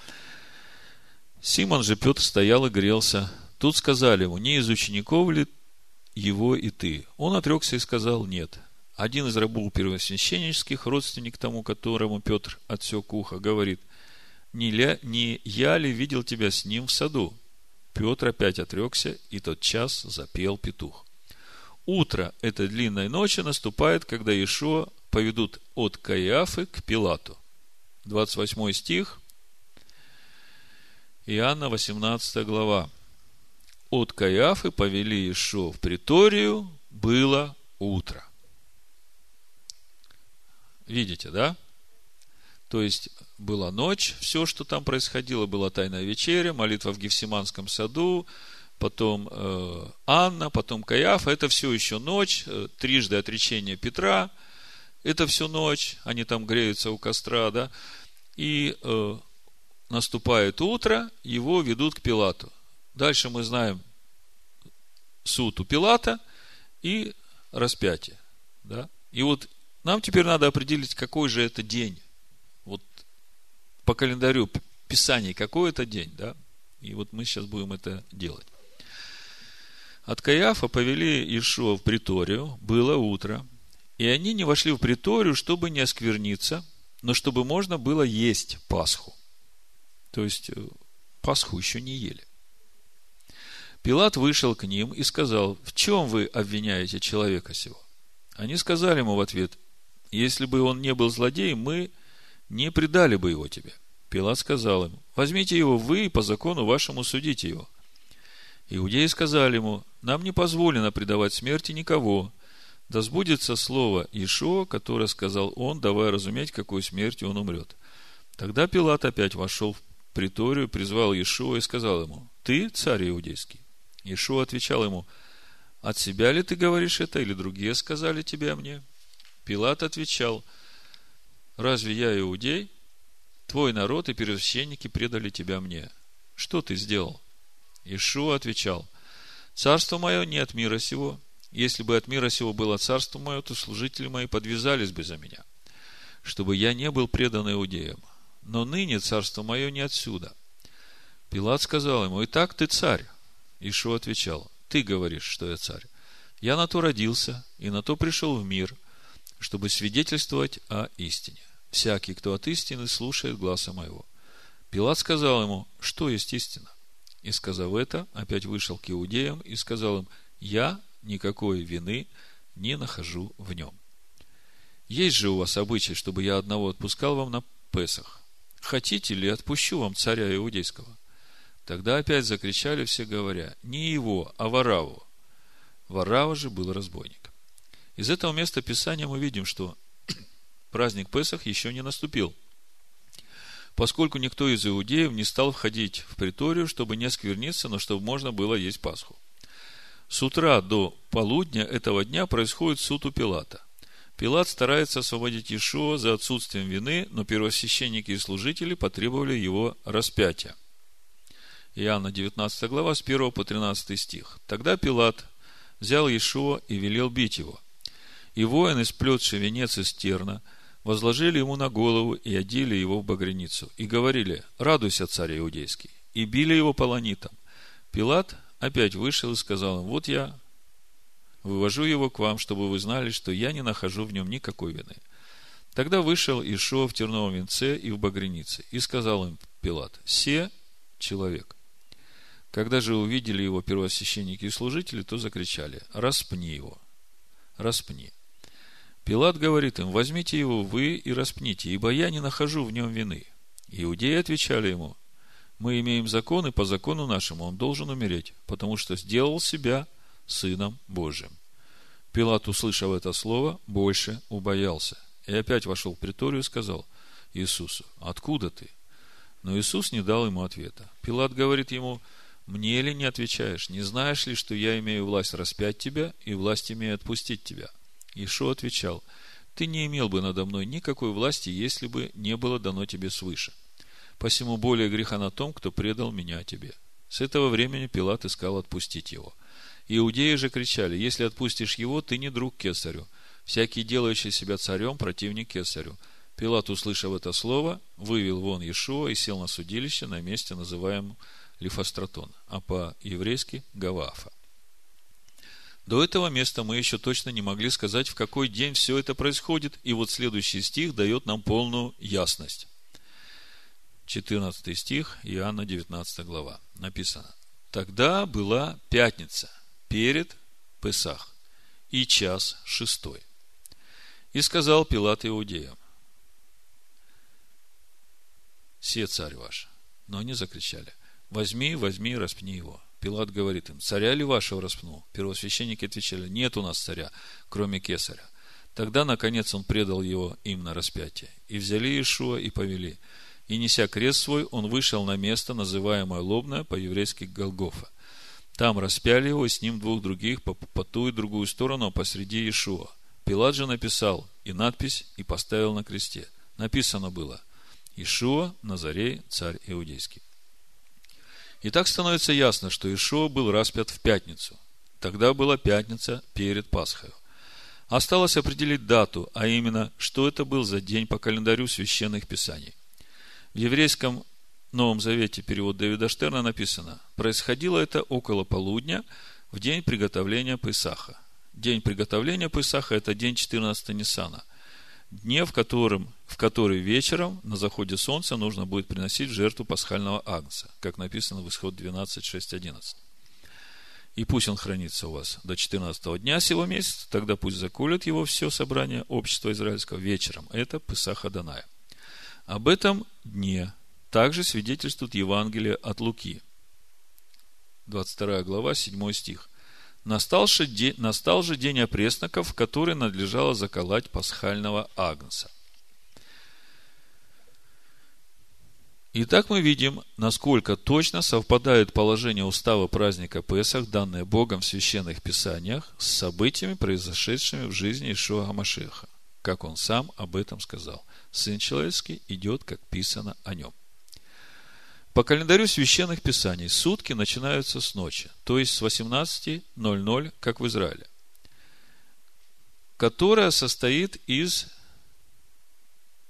Симон же Петр стоял и грелся. Тут сказали ему: не из учеников ли его и ты? Он отрекся и сказал: нет. Один из рабов первосвященнических, родственник тому, которому Петр отсек ухо, говорит: не, ля, не я ли видел тебя с ним в саду? Петр опять отрекся, и тот час запел петух. Утро этой длинной ночи наступает, когда Иешуа поведут от Каиафы к Пилату. двадцать восьмой стих, Иоанна восемнадцатая глава. От Каиафы повели Иешуа в приторию, было утро. Видите, да? То есть была ночь, все, что там происходило, была Тайная вечеря, молитва в Гефсиманском саду, потом э, Анна, потом Каиафа. Это все еще ночь, э, трижды отречение Петра, это все ночь, они там греются у костра, да? И э, наступает утро, его ведут к Пилату. Дальше мы знаем суд у Пилата и распятие, да? И вот нам теперь надо определить, какой же это день. Вот по календарю Писаний, какой это день, да? И вот мы сейчас будем это делать. От Каиафа повели Иешуа в приторию, было утро, и они не вошли в приторию, чтобы не оскверниться, но чтобы можно было есть Пасху. То есть Пасху еще не ели. Пилат вышел к ним и сказал: в чем вы обвиняете человека сего? Они сказали ему в ответ: если бы он не был злодеем, мы не предали бы его тебе. Пилат сказал им: возьмите его вы и по закону вашему судите его. Иудеи сказали ему: нам не позволено предавать смерти никого. Да сбудется слово Иешуа, которое сказал он, давая разуметь, какой смертью он умрет. Тогда Пилат опять вошел в приторию, призвал Иешуа и сказал ему: ты царь иудейский? Иешуа отвечал ему: от себя ли ты говоришь это, или другие сказали тебе о мне? Пилат отвечал: разве я иудей? Твой народ и первосвященники предали тебя мне. Что ты сделал? Иешуа отвечал: царство мое не от мира сего. Если бы от мира сего было царство мое, то служители мои подвязались бы за меня. чтобы я не был предан иудеям. Но ныне царство мое не отсюда. Пилат сказал ему: итак, ты царь. Иешуа отвечал: ты говоришь, что я царь. Я на то родился и на то пришел в мир, чтобы свидетельствовать о истине. Всякий, кто от истины, слушает гласа моего. Пилат сказал ему: что есть истина? И, сказав это, опять вышел к иудеям и сказал им: я никакой вины не нахожу в нем. Есть же у вас обычай, чтобы я одного отпускал вам на Песах. Хотите ли, отпущу вам царя иудейского? Тогда опять закричали все, говоря: не его, а Варавву. Варавва же был разбойником. Из этого места Писания мы видим, что праздник Песах еще не наступил, поскольку никто из иудеев не стал входить в преторию, чтобы не оскверниться, но чтобы можно было есть Пасху. С утра до полудня этого дня происходит суд у Пилата. Пилат старается освободить Иешуа за отсутствием вины, но первосвященники и служители потребовали его распятия. Иоанна девятнадцатая глава, с первого по тринадцатый стих. Тогда Пилат взял Иешуа и велел бить его. И воины, сплетшие венец из терна, возложили ему на голову и одели его в багряницу. И говорили: радуйся, царь иудейский. И били его полонитом. Пилат опять вышел и сказал им: вот я вывожу его к вам, чтобы вы знали, что я не нахожу в нем никакой вины. Тогда вышел Иешуа в терновом венце и в багрянице. И сказал им Пилат: се человек. Когда же увидели его первосвященники и служители, то закричали: распни его, распни. Пилат говорит им: возьмите его вы и распните, ибо я не нахожу в нем вины. Иудеи отвечали ему: мы имеем закон, и по закону нашему он должен умереть, потому что сделал себя Сыном Божьим. Пилат, услышав это слово, больше убоялся, и опять вошел в преторию и сказал Иисусу: откуда ты? Но Иисус не дал ему ответа. Пилат говорит ему: мне ли не отвечаешь? Не знаешь ли, что я имею власть распять тебя и власть имею отпустить тебя? Иешуа отвечал: ты не имел бы надо мной никакой власти, если бы не было дано тебе свыше. Посему более греха на том, кто предал меня тебе. С этого времени Пилат искал отпустить его. Иудеи же кричали: если отпустишь его, ты не друг кесарю. Всякий, делающий себя царем, противник кесарю. Пилат, услышав это слово, вывел вон Иешуа и сел на судилище на месте, называемом Лифостратон, а по-еврейски Гаваафа. До этого места мы еще точно не могли сказать, в какой день все это происходит, и вот следующий стих дает нам полную ясность. четырнадцатый стих, Иоанна девятнадцатая глава. Написано: тогда была пятница перед Песах, и час шестой. И сказал Пилат иудеям: се царь ваш. Но они закричали: возьми, возьми, распни его. Пилат говорит им: царя ли вашего распну? Первосвященники отвечали: нет у нас царя, кроме кесаря. Тогда, наконец, он предал его им на распятие. И взяли Иешуа и повели. И, неся крест свой, он вышел на место, называемое Лобное, по-еврейски Голгофа. Там распяли его, и с ним двух других по, по ту и другую сторону, а посреди Иешуа. Пилат же написал и надпись, и поставил на кресте. Написано было: Иешуа Назарей, царь иудейский. И так становится ясно, что Иешуа был распят в пятницу. Тогда была пятница перед Пасхой. Осталось определить дату, а именно, что это был за день по календарю священных писаний. В еврейском Новом Завете, перевод Дэвида Штерна, написано: происходило это около полудня, в день приготовления Песаха. День приготовления Песаха – это день четырнадцатого Ниссана, дне, в котором, в который вечером на заходе солнца нужно будет приносить в жертву пасхального агнца, как написано в Исход двенадцать, шесть, одиннадцать. И пусть он хранится у вас до четырнадцатого дня сего месяца, тогда пусть заколет его все собрание общества израильского вечером. Это Песах Адоная. Об этом дне также свидетельствует Евангелие от Луки, двадцать вторая глава, седьмой стих. Настал же день, настал же день опресноков, в который надлежало заколоть пасхального агнца. Итак, мы видим, насколько точно совпадает положение устава праздника Песах, данное Богом в священных писаниях, с событиями, произошедшими в жизни Иешуа ха-Машиаха, как он сам об этом сказал: Сын человеческий идет, как писано о нем. По календарю священных писаний сутки начинаются с ночи, то есть с восемнадцати ноль-ноль, как в Израиле, которая состоит из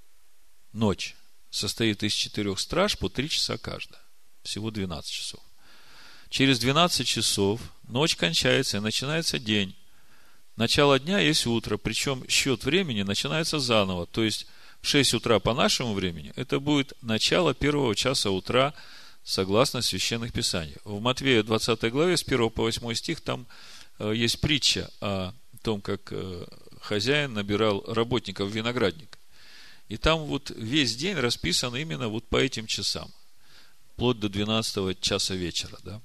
ночь состоит из четырех страж по три часа каждая. Всего двенадцать часов. Через двенадцать часов ночь кончается и начинается день. Начало дня есть утро, причем счет времени начинается заново. То есть в шесть утра по нашему времени это будет начало первого часа утра, согласно священных писаниях. В Матвея двадцатой главе с первого по восьмой стих там э, есть притча о том, как э, хозяин набирал работников в виноградник. И там вот весь день расписан именно вот по этим часам, вплоть до двенадцатого часа вечера, да.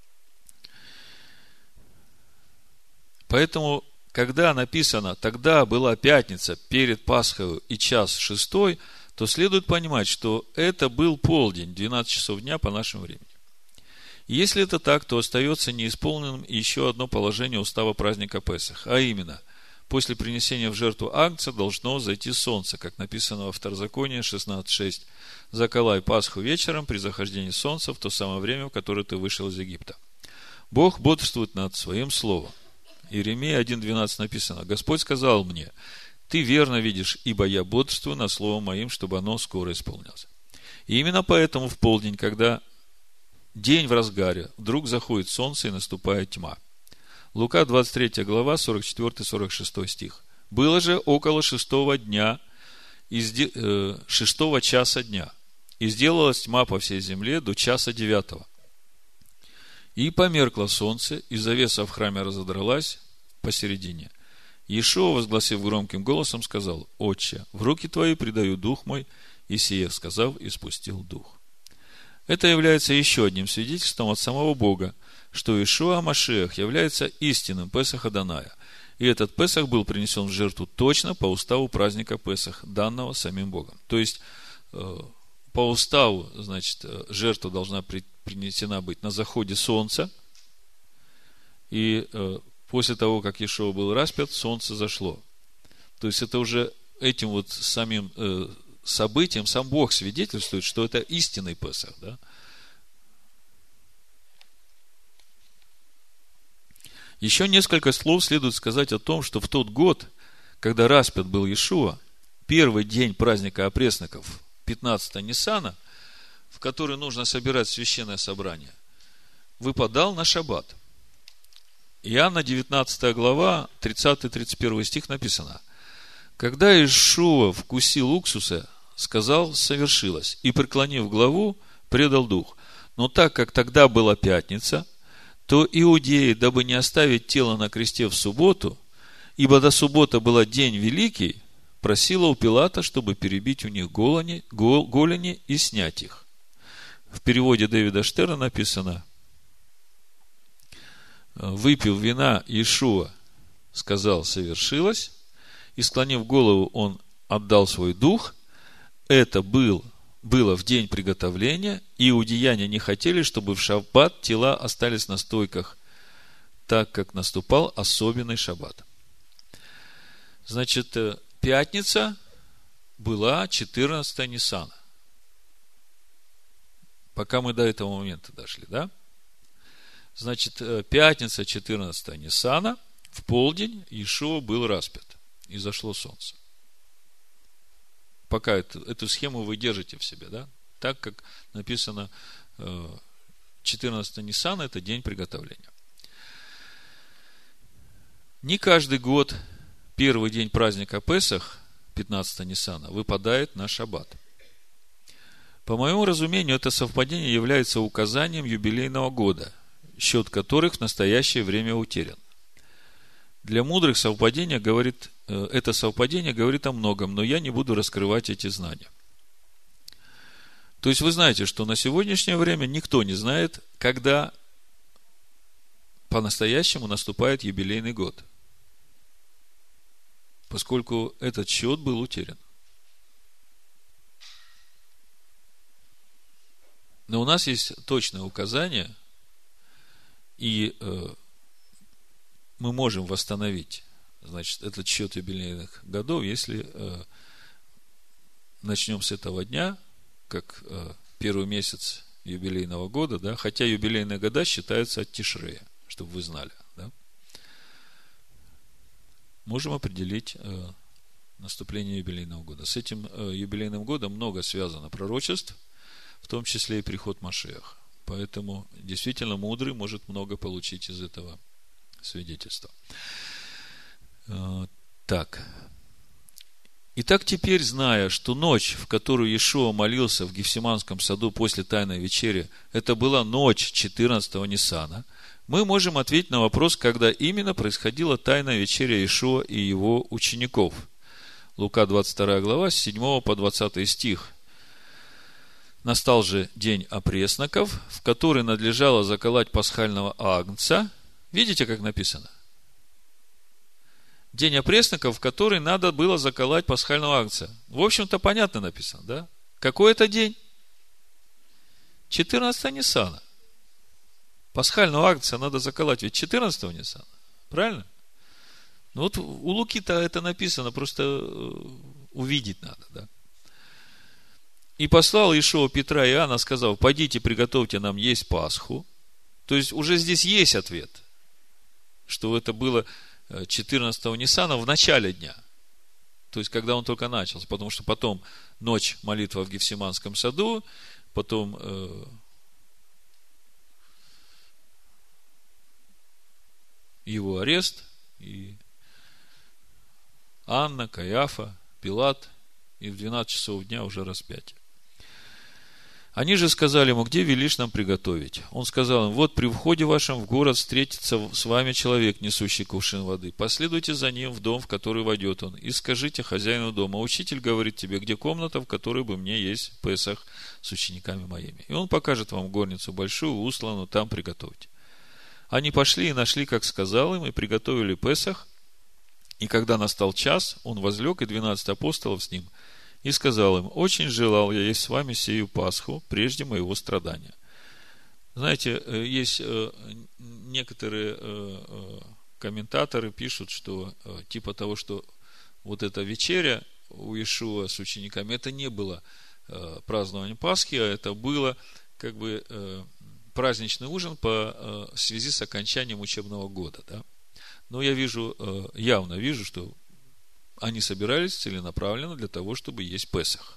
Поэтому, когда написано, тогда была пятница перед Пасхой и час шестой, то следует понимать, что это был полдень, двенадцать часов дня по нашему времени. И если это так, то остается неисполненным еще одно положение устава праздника Песах, а именно, после принесения в жертву агнца должно зайти солнце, как написано во Второзаконии шестнадцать шесть. «Заколай Пасху вечером при захождении солнца в то самое время, в которое ты вышел из Египта». Бог бодрствует над своим словом. Иеремия один двенадцать написано: «Господь сказал мне: ты верно видишь, ибо я бодрствую над словом моим, чтобы оно скоро исполнилось». И именно поэтому в полдень, когда день в разгаре, вдруг заходит солнце и наступает тьма. Лука двадцать третья глава, сорок четвёртый сорок шестой стих. «Было же около шестого дня, э, шестого часа дня, и сделалась тьма по всей земле до часа девятого. И померкло солнце, и завеса в храме разодралась посередине. Иешуа, возгласив громким голосом, сказал: Отче, в руки твои предаю дух мой, и сие сказав, испустил дух». Это является еще одним свидетельством от самого Бога, что Иешуа Машиах является истинным Песах Аданая. И этот Песах был принесен в жертву точно по уставу праздника Песах, данного самим Богом. То есть, по уставу, значит, жертва должна принесена быть на заходе солнца, и после того, как Иешуа был распят, солнце зашло. То есть, это уже этим вот самим событием сам Бог свидетельствует, что это истинный Песах, да? Еще несколько слов следует сказать о том, что в тот год, когда распят был Иешуа, первый день праздника опресноков, пятнадцатого Ниссана, в который нужно собирать священное собрание, выпадал на шаббат. Иоанна девятнадцатая глава, тридцатый тридцать первый стих написано: «Когда Иешуа вкусил уксуса, сказал: совершилось, и, преклонив главу, предал дух. Но так как тогда была пятница, то иудеи, дабы не оставить тело на кресте в субботу, ибо до субботы был день великий, просила у Пилата, чтобы перебить у них голени, гол, голени и снять их». В переводе Дэвида Штерна написано: «Выпив вина, Иешуа сказал: совершилось, и, склонив голову, он отдал свой дух. Это был, было в день приготовления, и иудеяне не хотели, чтобы в шаббат тела остались на стойках, так как наступал особенный шаббат». Значит, пятница была четырнадцатого Ниссана. Пока мы до этого момента дошли, да? Значит, пятница четырнадцатого Ниссана, в полдень Иешуа был распят, и зашло солнце. Пока эту, эту схему вы держите в себе, да? Так как написано, четырнадцатого Ниссана – это день приготовления. Не каждый год первый день праздника Песах, пятнадцатого Ниссана, выпадает на шаббат. По моему разумению, это совпадение является указанием юбилейного года, счет которых в настоящее время утерян. Для мудрых совпадение говорит, это совпадение говорит о многом, но я не буду раскрывать эти знания. То есть, вы знаете, что на сегодняшнее время никто не знает, когда по-настоящему наступает юбилейный год, поскольку этот счет был утерян. Но у нас есть точное указание, и э, мы можем восстановить, значит, этот счет юбилейных годов, если э, начнем с этого дня, как э, первый месяц юбилейного года, да, хотя юбилейные года считаются от Тишрея, чтобы вы знали, да. Можем определить э, наступления юбилейного года. С этим юбилейным годом много связано пророчеств, в том числе и приход Машиаха. Поэтому действительно мудрый может много получить из этого свидетельства. Так. Итак, теперь, зная, что ночь, в которую Иешуа молился в Гефсиманском саду после Тайной вечери, это была ночь четырнадцатого Ниссана, мы можем ответить на вопрос, когда именно происходила Тайная вечеря Иешуа и его учеников. Лука двадцать вторая глава, с седьмого по двадцатый стих. Настал же день опресноков, в который надлежало заколоть пасхального агнца. Видите, как написано? День опресноков, в который надо было заколоть пасхального агнца. В общем-то, понятно написано, да? Какой это день? четырнадцатого Ниссана. Пасхального агнца надо заколоть ведь четырнадцатого Ниссана. Правильно? Ну вот у Луки-то это написано, просто увидеть надо, да? И послал Иешуа Петра и Иоанна, сказав: пойдите, приготовьте нам есть Пасху. То есть уже здесь есть ответ, что это было четырнадцатого Ниссана в начале дня. То есть когда он только начался, потому что потом ночь молитва в Гефсиманском саду, потом э, его арест, и Анна, Каиафа, Пилат, и в двенадцать часов дня уже распятие. Они же сказали ему: где велишь нам приготовить? Он сказал им: вот при входе вашем в город встретится с вами человек, несущий кувшин воды. Последуйте за ним в дом, в который войдет он, и скажите хозяину дома: учитель говорит тебе, где комната, в которой бы мне есть Песах с учениками моими. И он покажет вам горницу большую, усланную, там приготовьте. Они пошли и нашли, как сказал им, и приготовили Песах. И когда настал час, он возлег, и двенадцать апостолов с ним, и сказал им: очень желал я есть с вами сию Пасху прежде моего страдания. Знаете, есть некоторые комментаторы пишут, что типа того, что вот эта вечеря у Иешуа с учениками, это не было празднование Пасхи, а это было как бы праздничный ужин по связи с окончанием учебного года, да? Но я вижу, явно вижу, что они собирались целенаправленно для того, чтобы есть Песах.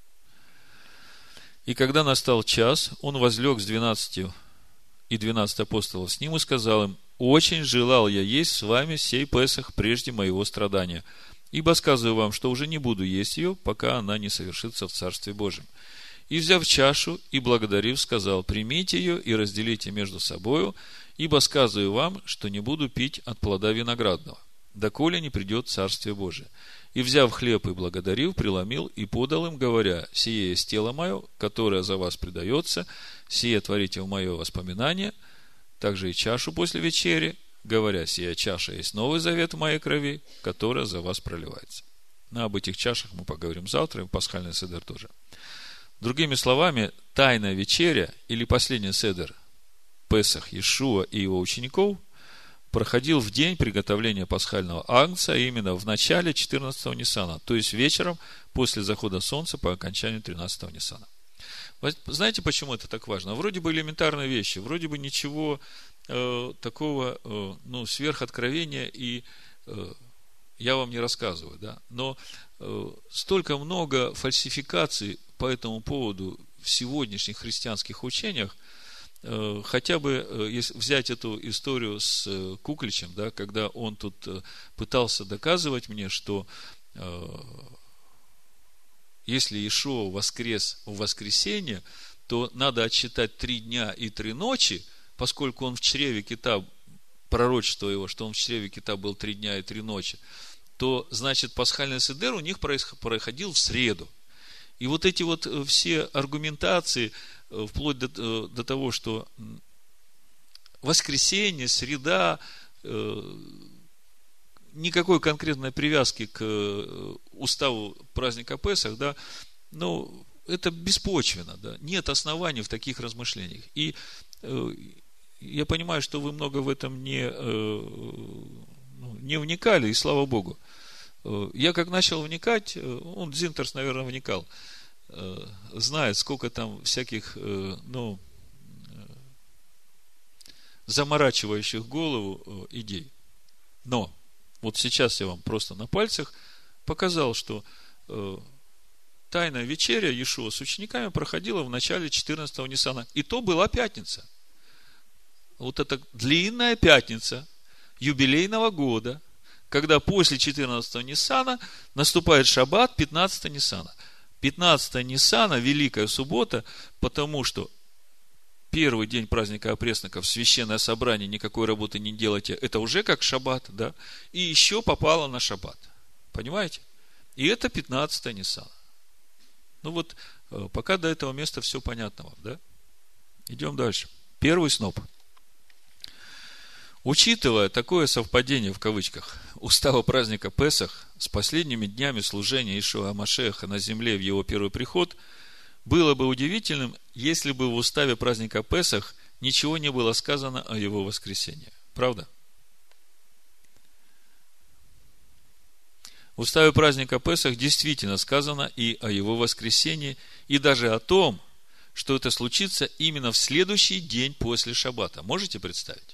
И когда настал час, он возлег с двенадцатью и двенадцать апостолов с ним и сказал им: очень желал я есть с вами сей Песах прежде моего страдания, ибо сказываю вам, что уже не буду есть ее, пока она не совершится в Царстве Божьем. И, взяв чашу и благодарив, сказал: примите ее и разделите между собою, ибо сказываю вам, что не буду пить от плода виноградного, доколе не придет Царствие Божие. И, взяв хлеб и благодарив, преломил и подал им, говоря: сие есть тело мое, которое за вас предается, сие творите в мое воспоминание. Также и чашу после вечери, говоря: сия чаша есть новый завет в моей крови, которая за вас проливается. Но об этих чашах мы поговорим завтра, и пасхальный седер тоже. Другими словами, тайная вечеря или последний седер Песах Иешуа и его учеников проходил в день приготовления пасхального агнца, именно в начале четырнадцатого Ниссана, то есть вечером после захода солнца по окончанию тринадцатого Ниссана. Знаете, почему это так важно? Вроде бы элементарные вещи, вроде бы ничего э, такого э, ну, сверхоткровения и э, я вам не рассказываю, да? Но э, столько много фальсификаций по этому поводу в сегодняшних христианских учениях. Хотя бы, если взять эту историю с Кукличем, да, когда он тут пытался доказывать мне, что если Иешуа воскрес в воскресенье, то надо отсчитать три дня и три ночи, поскольку он в чреве кита, пророчество его, что он в чреве кита был три дня и три ночи, то, значит, пасхальный седер у них происходил в среду. И вот эти вот все аргументации, вплоть до, до того, что воскресенье, среда, никакой конкретной привязки к уставу праздника Песах, да, ну, это беспочвенно, да, нет оснований в таких размышлениях. И я понимаю, что вы много в этом не, не вникали, и слава Богу. Я как начал вникать, он, Дзинтерс, наверное, вникал, знает, сколько там всяких, ну, заморачивающих голову идей. Но вот сейчас я вам просто на пальцах показал, что э, Тайная вечеря Иешуа с учениками проходила в начале четырнадцатого Ниссана. И то была пятница. Вот эта длинная пятница юбилейного года, когда после четырнадцатого Ниссана наступает шаббат пятнадцатого Ниссана. пятнадцатого Ниссана, Великая суббота, потому что первый день праздника опресноков, священное собрание, никакой работы не делайте, это уже как шаббат, да? И еще попало на шаббат. Понимаете? И это пятнадцатого Ниссана. Ну вот, пока до этого места все понятно вам, да? Идем дальше. Первый сноп. Учитывая такое совпадение, в кавычках, устава праздника Песах с последними днями служения Иешуа Машеха на земле в его первый приход, было бы удивительным, если бы в уставе праздника Песах ничего не было сказано о его воскресении. Правда? В уставе праздника Песах действительно сказано и о его воскресении, и даже о том, что это случится именно в следующий день после шаббата. Можете представить?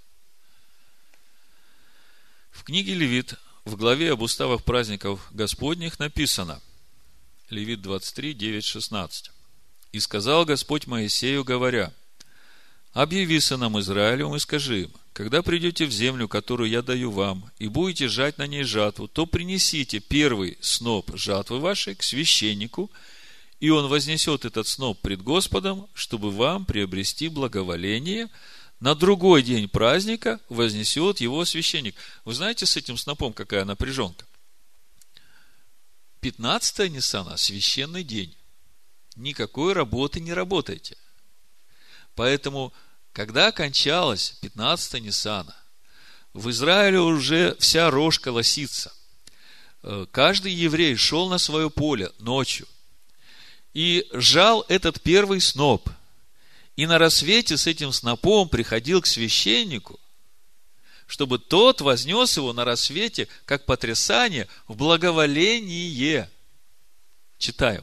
В книге Левит, в главе об уставах праздников Господних написано, Левит двадцать три, девять, шестнадцать. «И сказал Господь Моисею, говоря: объяви сынам Израилевым и скажи им: когда придете в землю, которую я даю вам, и будете жать на ней жатву, то принесите первый сноп жатвы вашей к священнику, и он вознесет этот сноп пред Господом, чтобы вам приобрести благоволение. На другой день праздника вознесет его священник». Вы знаете, с этим снопом какая напряженка? пятнадцатого Ниссана – священный день. Никакой работы не работайте. Поэтому, когда кончалось пятнадцатого Ниссана, в Израиле уже вся рожь колосится. Каждый еврей шел на свое поле ночью и жал этот первый сноп. И на рассвете с этим снопом приходил к священнику, чтобы тот вознес его на рассвете, как потрясание, в благоволение. Читаем.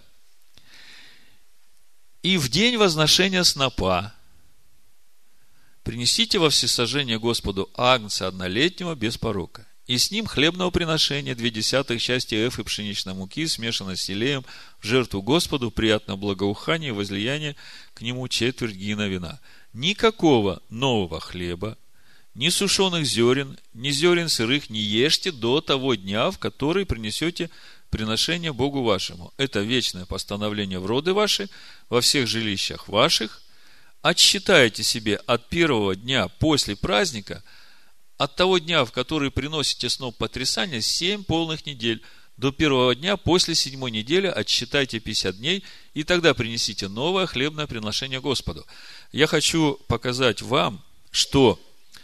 «И в день возношения снопа принесите во всесожжение Господу агнца однолетнего без порока, и с ним хлебного приношения две десятых части эфы пшеничной муки, смешанной с елеем, в жертву Господу, приятное благоухание и возлияние к нему четверть гина вина. Никакого нового хлеба, ни сушеных зерен, ни зерен сырых не ешьте до того дня, в который принесете приношение Богу вашему. Это вечное постановление в роды ваши, во всех жилищах ваших. Отсчитайте себе от первого дня после праздника, от того дня, в который приносите сноп потрясания, семь полных недель, до первого дня после седьмой недели отсчитайте пятьдесят дней, и тогда принесите новое хлебное приношение Господу». Я хочу показать вам, что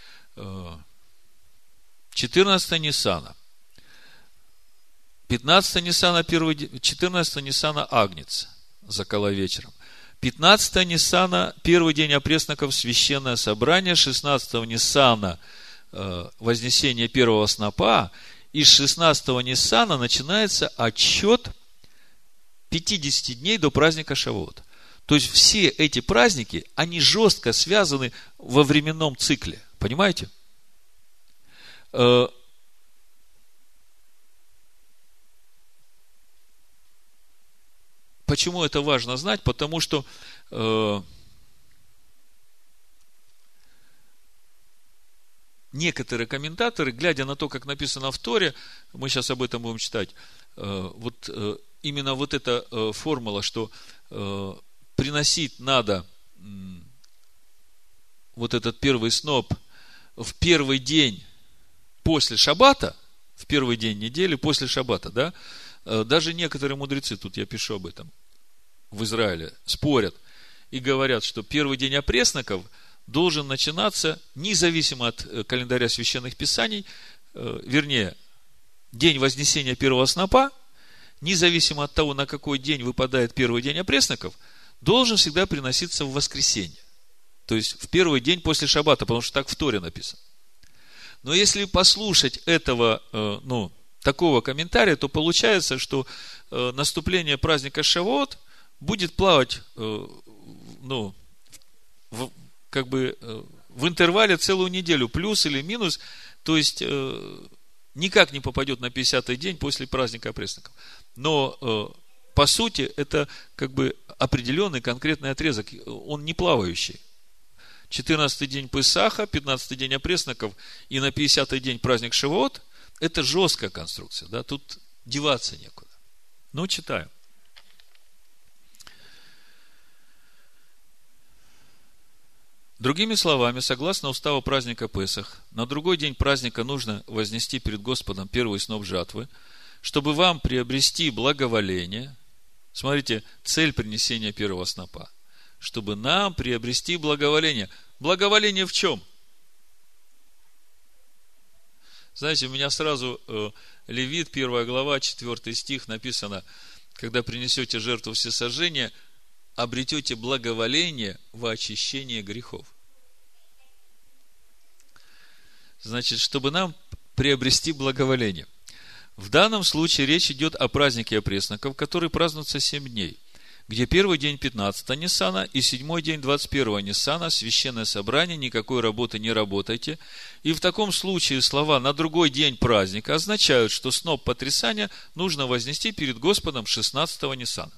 четырнадцатого Ниссана, пятнадцатого Ниссана, четырнадцатого Ниссана агнец закола вечером, пятнадцатого Ниссана первый день опресноков священное собрание, шестнадцатого Ниссана вознесение первого снопа, и с шестнадцатого Ниссана начинается отсчет пятидесяти дней до праздника Шавуот. То есть все эти праздники, они жестко связаны во временном цикле. Понимаете? Почему это важно знать? Потому что некоторые комментаторы, глядя на то, как написано в Торе, мы сейчас об этом будем читать, вот именно вот эта формула, что приносить надо вот этот первый сноп в первый день после шаббата, в первый день недели после шаббата, да, даже некоторые мудрецы, тут я пишу об этом, в Израиле, спорят и говорят, что первый день опресноков должен начинаться независимо от календаря священных писаний, вернее, день вознесения первого снопа, независимо от того, на какой день выпадает первый день опресноков, должен всегда приноситься в воскресенье. То есть, в первый день после шаббата, потому что так в Торе написано. Но если послушать этого, ну, такого комментария, то получается, что наступление праздника Шавуот будет плавать, ну, в, как бы в интервале целую неделю, плюс или минус. То есть никак не попадет на пятидесятый день после праздника опресноков. Но, э, по сути, это как бы определенный конкретный отрезок, он не плавающий. четырнадцатый день Песаха, пятнадцатый день опресноков и на пятидесятый день праздник Шавуот – это жесткая конструкция, да, тут деваться некуда. Ну, читаем. Другими словами, согласно уставу праздника Песах, на другой день праздника нужно вознести перед Господом первый сноп жатвы, чтобы вам приобрести благоволение. Смотрите, цель принесения первого снопа. Чтобы нам приобрести благоволение. Благоволение в чем? Знаете, у меня сразу э, Левит, первая глава, четвертый стих написано: когда принесете жертву всесожжения, обретете благоволение во очищение грехов. Значит, чтобы нам приобрести благоволение. В данном случае речь идет о празднике опресноков, который празднуется семь дней, где первый день пятнадцатого Ниссана и седьмой день двадцать первого Ниссана священное собрание, никакой работы не работайте. И в таком случае слова «на другой день праздника» означают, что сноп потрясания нужно вознести перед Господом шестнадцатого Ниссана.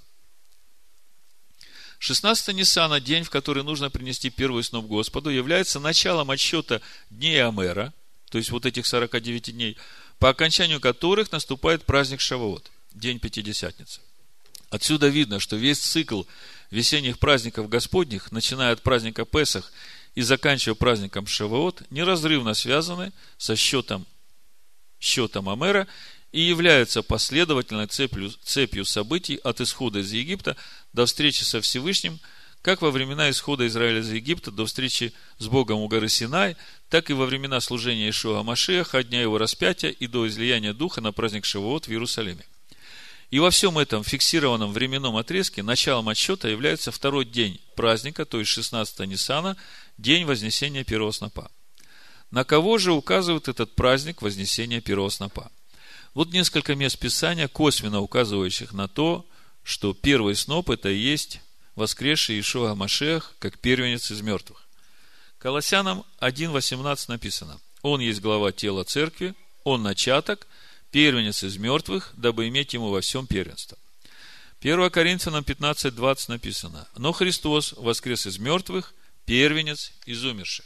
шестнадцатого Ниссана, день, в который нужно принести первый сноп Господу, является началом отсчета дней Омера, то есть вот этих сорока девяти дней, по окончанию которых наступает праздник Шавуот, день Пятидесятницы. Отсюда видно, что весь цикл весенних праздников Господних, начиная от праздника Песах и заканчивая праздником Шавуот, неразрывно связаны со счетом, счетом Омера и являются последовательной цепью, цепью событий от исхода из Египта до встречи со Всевышним, как во времена исхода Израиля из Египта до встречи с Богом у горы Синай, так и во времена служения Иешуа Машиаха, от дня его распятия и до излияния Духа на праздник Шавуот в Иерусалиме. И во всем этом фиксированном временном отрезке началом отсчета является второй день праздника, то есть шестнадцатого Ниссана, день вознесения первого снопа. На кого же указывает этот праздник вознесения первого снопа? Вот несколько мест Писания, косвенно указывающих на то, что первый сноп – это и есть воскресший Иешуа Машиах, как первенец из мертвых. Колоссянам один восемнадцать написано: Он есть глава тела церкви, Он начаток, первенец из мертвых, дабы иметь ему во всем первенство. первое Коринфянам пятнадцать двадцать написано: Но Христос воскрес из мертвых, первенец из умерших.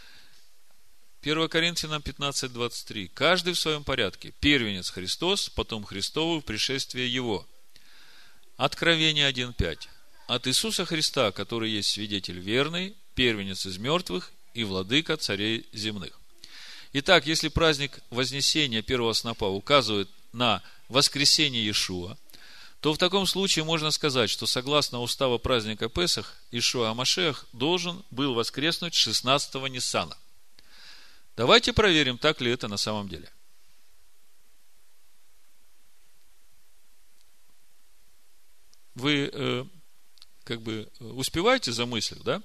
первое Коринфянам пятнадцать двадцать три. Каждый в своем порядке. Первенец Христос, потом Христово в пришествии Его. Откровение один пять. От Иисуса Христа, который есть свидетель верный, первенец из мертвых и владыка царей земных. Итак, если праздник Вознесения первого снопа указывает на воскресение Иешуа, то в таком случае можно сказать, что согласно уставу праздника Песах, Иешуа Машиах должен был воскреснуть шестнадцатого Ниссана. Давайте проверим, так ли это на самом деле. Вы э, как бы успеваете за мыслью, да?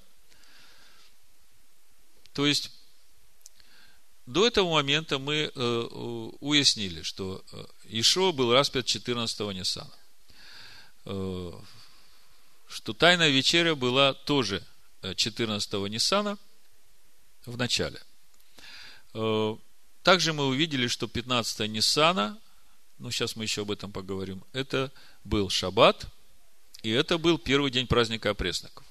То есть, до этого момента мы э, уяснили, что Иешуа был распят четырнадцатого Ниссана. Э, что Тайная вечеря была тоже четырнадцатого Ниссана в начале. Э, также мы увидели, что пятнадцатого Ниссана, ну сейчас мы еще об этом поговорим, это был шаббат, и это был первый день праздника опресноков.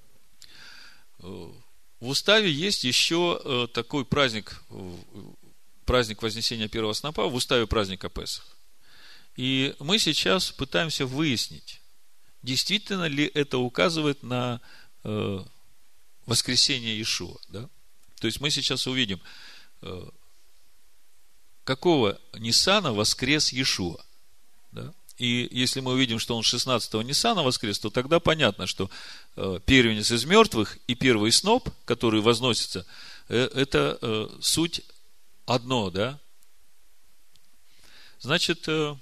В уставе есть еще такой праздник, праздник Вознесения первого снопа, в уставе праздника Песах. И мы сейчас пытаемся выяснить, действительно ли это указывает на воскресение Иешуа. Да? То есть мы сейчас увидим, какого Ниссана воскрес Иешуа. Да? И если мы увидим, что он шестнадцатого Ниссана воскрес, то тогда понятно, что э, первенец из мертвых и первый сноп, который возносится, э, это э, суть одно, да? Значит, э,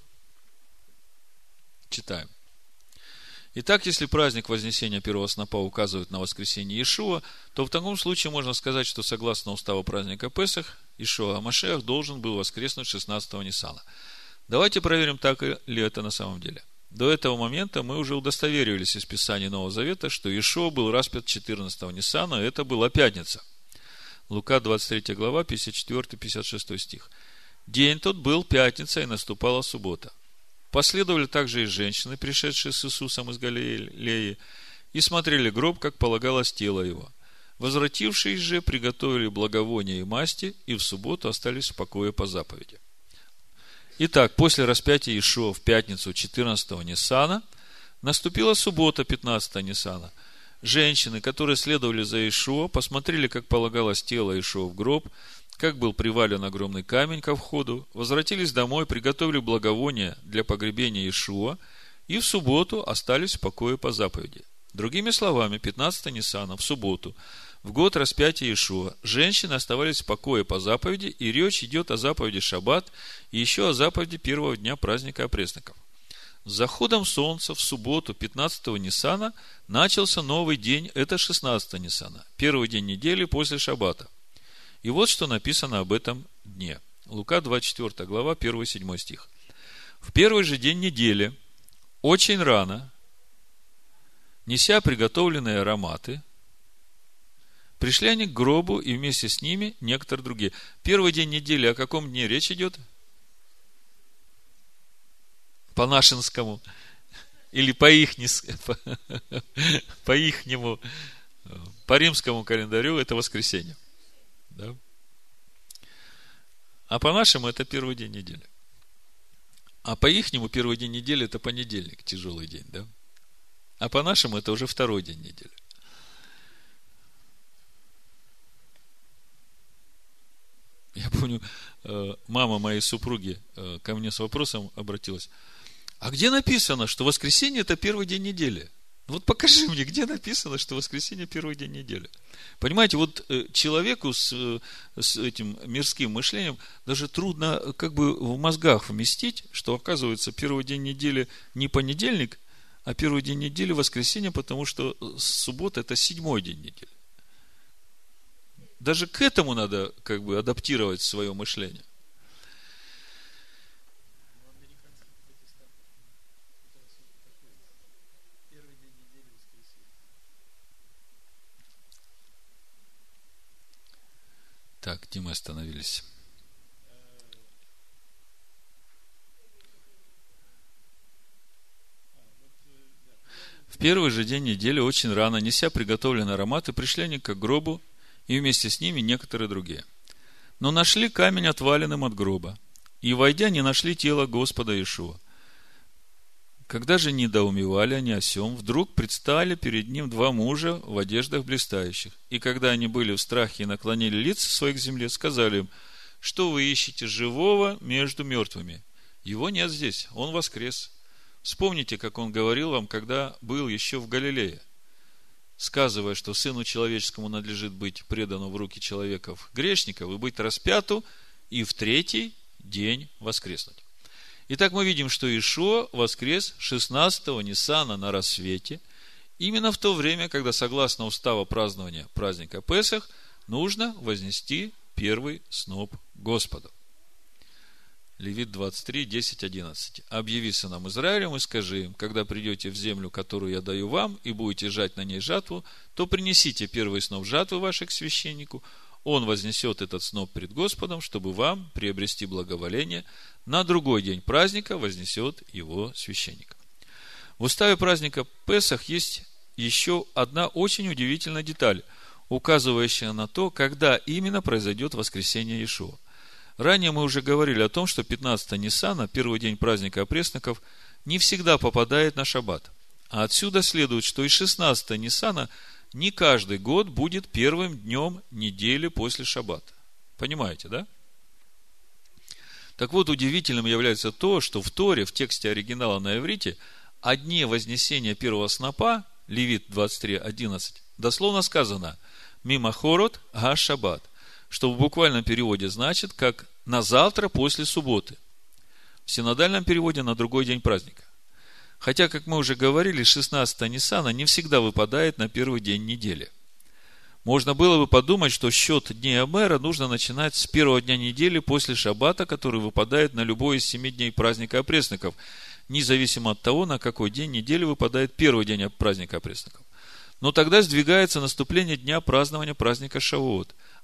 читаем. Итак, если праздник Вознесения первого снопа указывает на воскресение Иешуа, то в таком случае можно сказать, что согласно уставу праздника Песах, Иешуа Машиах должен был воскреснуть шестнадцатого Ниссана. Давайте проверим, так ли это на самом деле. До этого момента мы уже удостоверились из Писания Нового Завета, что Иешуа был распят четырнадцатого Ниссана, это была пятница. Лука двадцать третья глава, пятьдесят четвёртый - пятьдесят шестой стих. День тот был пятница, и наступала суббота. Последовали также и женщины, пришедшие с Иисусом из Галилеи, и смотрели гроб, как полагалось тело его. Возвратившись же, приготовили благовония и масти, и в субботу остались в покое по заповеди. Итак, после распятия Иешуа в пятницу четырнадцатого Ниссана наступила суббота пятнадцатого Ниссана. Женщины, которые следовали за Иешуа, посмотрели, как полагалось тело Иешуа в гроб, как был привален огромный камень ко входу, возвратились домой, приготовили благовония для погребения Иешуа, и в субботу остались в покое по заповеди. Другими словами, пятнадцатого Ниссана, в субботу, в год распятия Иешуа, женщины оставались в покое по заповеди, и речь идет о заповеди Шаббат и еще о заповеди первого дня праздника опресноков. С заходом солнца в субботу пятнадцатого Ниссана начался новый день, это шестнадцатого Ниссана, первый день недели после Шаббата. И вот что написано об этом дне. Лука двадцать четвёртая глава, первый-седьмой стих. В первый же день недели, очень рано, неся приготовленные ароматы, пришли они к гробу, и вместе с ними некоторые другие. Первый день недели, о каком дне речь идет? По нашинскому. Или по ихнему, по ихнему, по римскому календарю это воскресенье. Да? А по-нашему это первый день недели. А по-ихнему первый день недели это понедельник, тяжелый день, да? А по-нашему это уже второй день недели. Я помню, мама моей супруги ко мне с вопросом обратилась: а где написано, что воскресенье это первый день недели? Вот покажи мне, где написано, что воскресенье первый день недели. Понимаете, вот человеку с, с этим мирским мышлением даже трудно как бы в мозгах вместить, что оказывается первый день недели не понедельник, а первый день недели воскресенье, потому что суббота это седьмой день недели. Даже к этому надо как бы адаптировать свое мышление. Так, где мы остановились? В первый же день недели, очень рано, неся приготовленные ароматы, пришли они к гробу, и вместе с ними некоторые другие. Но нашли камень отваленным от гроба, и, войдя, не нашли тело Господа Иешуа. Когда же недоумевали они о сем, вдруг предстали перед ним два мужа в одеждах блистающих. И когда они были в страхе и наклонили лица своих к земле, сказали им: что вы ищете живого между мертвыми? Его нет здесь, он воскрес. Вспомните, как он говорил вам, когда был еще в Галилее, сказывая, что сыну человеческому надлежит быть предану в руки человеков грешников и быть распяту, и в третий день воскреснуть. Итак, мы видим, что Иешуа воскрес шестнадцатого Ниссана на рассвете, именно в то время, когда, согласно уставу празднования праздника Песах, нужно вознести первый сноп Господу. Левит двадцать три, десять, одиннадцать. «Объяви сынам Израилем и скажи им: когда придете в землю, которую я даю вам, и будете жать на ней жатву, то принесите первый сноп жатвы вашей к священнику. Он вознесет этот сноп пред Господом, чтобы вам приобрести благоволение. На другой день праздника вознесет его священник». В уставе праздника Песах есть еще одна очень удивительная деталь, указывающая на то, когда именно произойдет воскресение Иешуа. Ранее мы уже говорили о том, что пятнадцатого Ниссана, первый день праздника опресноков, не всегда попадает на шаббат. А отсюда следует, что и шестнадцатого Ниссана не каждый год будет первым днем недели после шаббата. Понимаете, да? Так вот, удивительным является то, что в Торе, в тексте оригинала на иврите, о дне вознесения первого снопа, Левит двадцать три, одиннадцать, дословно сказано «Мимахорот га шаббат», что в буквальном переводе значит, как «на завтра после субботы». В синодальном переводе на другой день праздника. Хотя, как мы уже говорили, шестнадцатого Ниссана не всегда выпадает на первый день недели. Можно было бы подумать, что счет дней Омера нужно начинать с первого дня недели после шаббата, который выпадает на любой из семи дней праздника опресноков, независимо от того, на какой день недели выпадает первый день праздника опресноков. Но тогда сдвигается наступление дня празднования праздника Шавуот.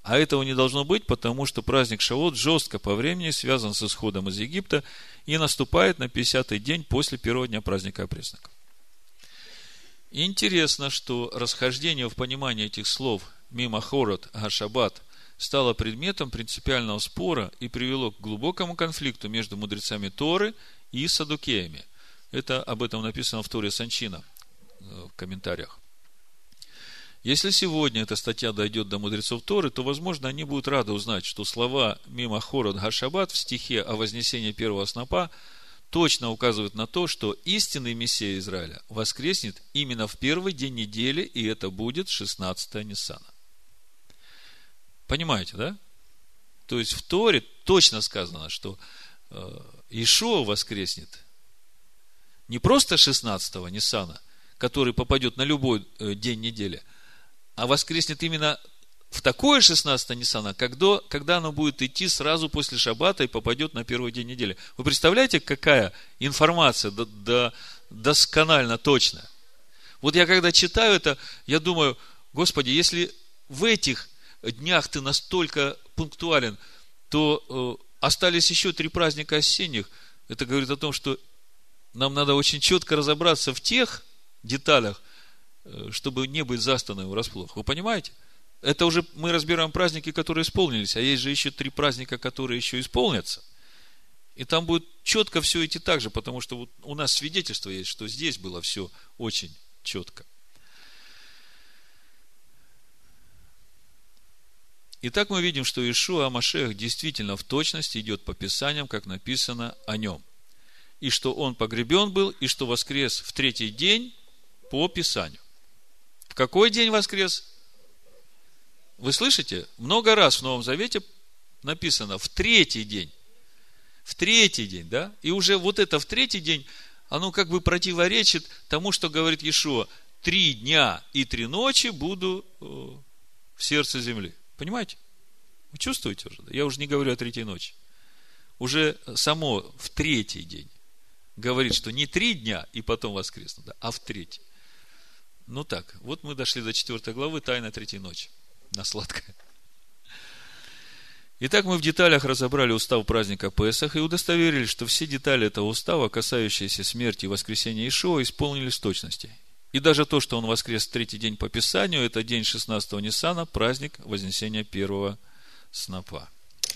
А этого не должно быть, потому что праздник Шавуот жестко по времени связан с исходом из Египта и наступает на пятидесятый день после первого дня праздника опресноков. Интересно, что расхождение в понимании этих слов мимо хорот га-шаббат стало предметом принципиального спора и привело к глубокому конфликту между мудрецами Торы и саддукеями. Это об этом написано в Торе Санчина в комментариях. Если сегодня эта статья дойдет до мудрецов Торы, то, возможно, они будут рады узнать, что слова мимо хорот га-шаббат в стихе о вознесении первого снопа точно указывают на то, что истинный Мессия Израиля воскреснет именно в первый день недели, и это будет шестнадцатое Ниссана. Понимаете, да? То есть в Торе точно сказано, что Иешуа воскреснет не просто шестнадцатого Ниссана, который попадет на любой день недели, а воскреснет именно в такое шестнадцатое Ниссана, когда, когда оно будет идти сразу после шаббата и попадет на первый день недели. Вы представляете, какая информация до, до, досконально точная? Вот я когда читаю это, я думаю, Господи, если в этих днях ты настолько пунктуален, то э, остались еще три праздника осенних. Это говорит о том, что нам надо очень четко разобраться в тех деталях, э, чтобы не быть застанным врасплох. Вы понимаете? Это уже мы разбираем праздники, которые исполнились, а есть же еще три праздника, которые еще исполнятся. И там будет четко все идти так же, потому что вот у нас свидетельство есть, что здесь было все очень четко. Итак, мы видим, что Иешуа ха-Машиах действительно в точности идет по Писаниям, как написано о нем. И что он погребен был, и что воскрес в третий день по Писанию. В какой день воскрес? Вы слышите? Много раз в Новом Завете написано в третий день. В третий день, да? И уже вот это в третий день, оно как бы противоречит тому, что говорит Иешуа. Три дня и три ночи буду в сердце земли. Понимаете? Вы чувствуете уже? Я уже не говорю о третьей ночи. Уже само в третий день говорит, что не три дня и потом воскресну, да, а в третий. Ну так, вот мы дошли до четвертой главы, тайна третьей ночи. На сладкое. Итак, мы в деталях разобрали устав праздника Песах и удостоверились, что все детали этого устава, касающиеся смерти и воскресения Иешуа, исполнились в точности. И даже то, что он воскрес в третий день по Писанию, это день шестнадцатого Ниссана, праздник вознесения первого снопа.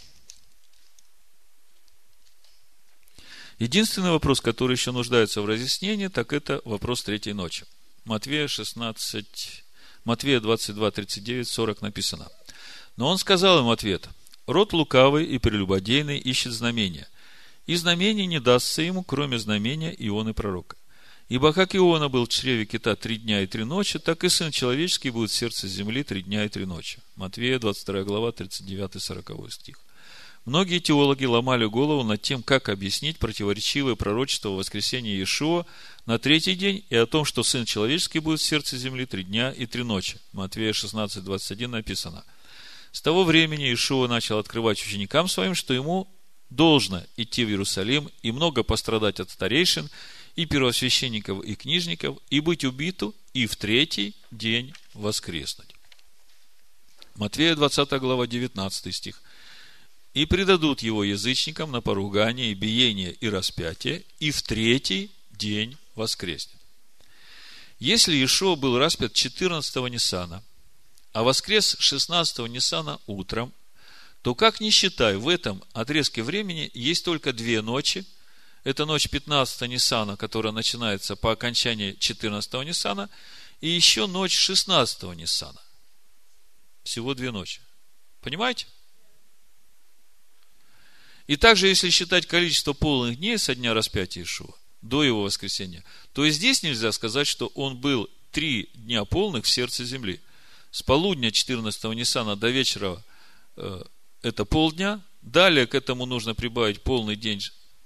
Единственный вопрос, который еще нуждается в разъяснении, так это вопрос третьей ночи. Матвея шестнадцать, Матвея двадцать два, тридцать девять, сорок написано. Но он сказал им ответ: род лукавый и прелюбодейный ищет знамения, и знамение не дастся ему, кроме знамения Ионы пророка. Ибо как Иона был в чреве кита три дня и три ночи, так и Сын Человеческий будет в сердце земли три дня и три ночи. Матвея двадцать вторая глава, тридцать девятый сорок стих. Многие теологи ломали голову над тем, как объяснить противоречивое пророчество о воскресении Иешуа на третий день и о том, что Сын Человеческий будет в сердце земли три дня и три ночи. Матвея шестнадцать двадцать один написано: с того времени Иешуа начал открывать ученикам своим, что ему должно идти в Иерусалим и много пострадать от старейшин и первосвященников и книжников, и быть убиту, и в третий день воскреснуть. Матвея двадцатая глава, девятнадцатый стих. И предадут его язычникам на поругание, и биение, и распятие, и в третий день воскреснет. Если Иешуа был распят четырнадцатого Ниссана, а воскрес шестнадцатого Ниссана утром, то, как ни считай, в этом отрезке времени есть только две ночи. Это ночь пятнадцатого Ниссана, которая начинается по окончании четырнадцатого Ниссана, и еще ночь шестнадцатого Ниссана. Всего две ночи. Понимаете? И также, если считать количество полных дней со дня распятия Иешуа до его воскресения, то и здесь нельзя сказать, что он был три дня полных в сердце земли. С полудня четырнадцатого Ниссана до вечера э, это полдня. Далее к этому нужно прибавить полный день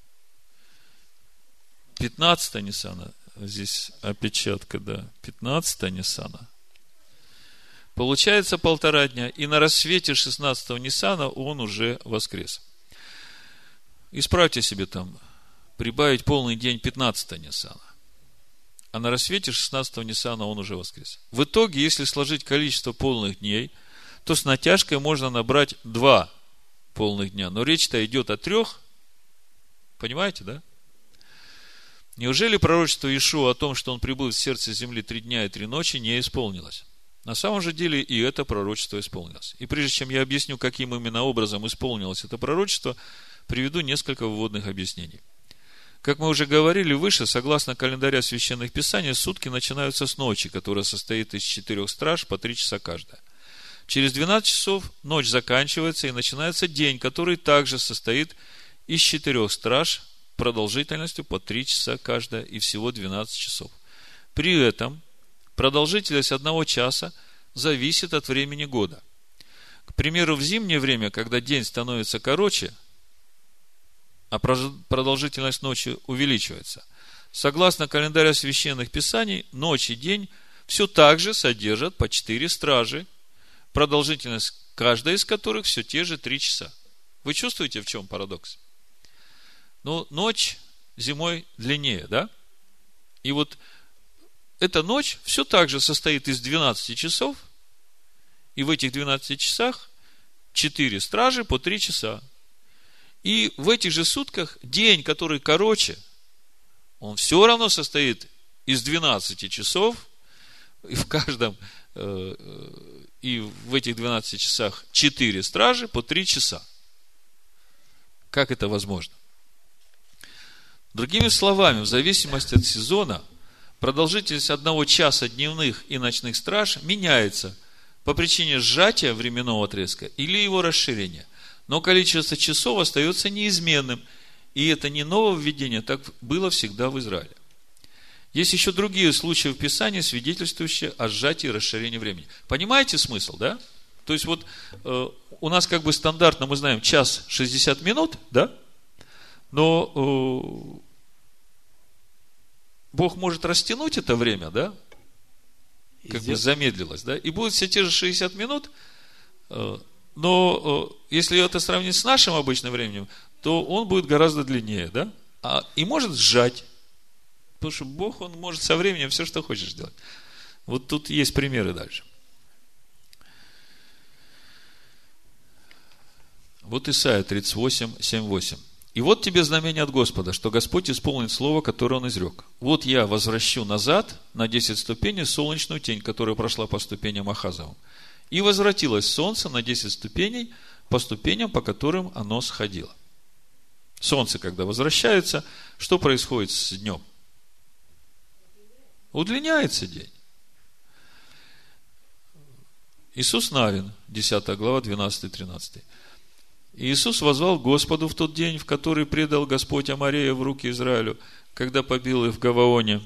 пятнадцатого Ниссана. Здесь опечатка, да. пятнадцатого Ниссана. Получается полтора дня. И на рассвете шестнадцатого Ниссана он уже воскрес. Исправьте себе там, прибавить полный день пятнадцатого Ниссана. А на рассвете шестнадцатого Ниссана он уже воскрес. В итоге, если сложить количество полных дней, то с натяжкой можно набрать два полных дня. Но речь-то идет о трех. Понимаете, да? Неужели пророчество Иешуа о том, что он прибыл в сердце земли три дня и три ночи, не исполнилось? На самом же деле и это пророчество исполнилось. И прежде чем я объясню, каким именно образом исполнилось это пророчество, приведу несколько вводных объяснений. Как мы уже говорили выше, согласно календаря священных писаний, сутки начинаются с ночи, которая состоит из четырех страж по три часа каждая. Через двенадцать часов ночь заканчивается и начинается день, который также состоит из четырех страж продолжительностью по три часа каждая и всего двенадцать часов. При этом продолжительность одного часа зависит от времени года. К примеру, в зимнее время, когда день становится короче, а продолжительность ночи увеличивается, согласно календарю священных писаний, ночь и день все так же содержат по четыре стражи, продолжительность каждой из которых все те же три часа. Вы чувствуете, в чем парадокс? Ну, ночь зимой длиннее, да? И вот эта ночь все так же состоит из двенадцати часов, и в этих двенадцати часах четыре стражи по три часа. И в этих же сутках день, который короче, он все равно состоит из двенадцати часов, и в каждом, и в этих двенадцати часах четыре стражи по три часа. Как это возможно? Другими словами, в зависимости от сезона, продолжительность одного часа дневных и ночных страж меняется по причине сжатия временного отрезка или его расширения. Но количество часов остается неизменным. И это не нововведение, так было всегда в Израиле. Есть еще другие случаи в Писании, свидетельствующие о сжатии и расширении времени. Понимаете смысл, да? То есть вот э, у нас как бы стандартно, мы знаем, час шестьдесят минут, да? Но э, Бог может растянуть это время, да? Как бы замедлилось, да? И будет все те же шестьдесят минут, э, но э, если это сравнить с нашим обычным временем, то он будет гораздо длиннее, да? А, и может сжать. Потому что Бог, он может со временем все, что хочешь делать. Вот тут есть примеры дальше. Вот Исайя тридцать восемь, семь, восемь. «И вот тебе знамение от Господа, что Господь исполнит слово, которое Он изрек. Вот я возвращу назад на десять ступеней солнечную тень, которая прошла по ступеням Ахазовым. И возвратилось солнце на десять ступеней по ступеням, по которым оно сходило». Солнце, когда возвращается, что происходит с днем? Удлиняется день. Иисус Навин, десятая глава, двенадцатый-тринадцатый. Иисус воззвал к Господу в тот день, в который предал Господь Аморея в руки Израилю, когда побил их в Гаваоне.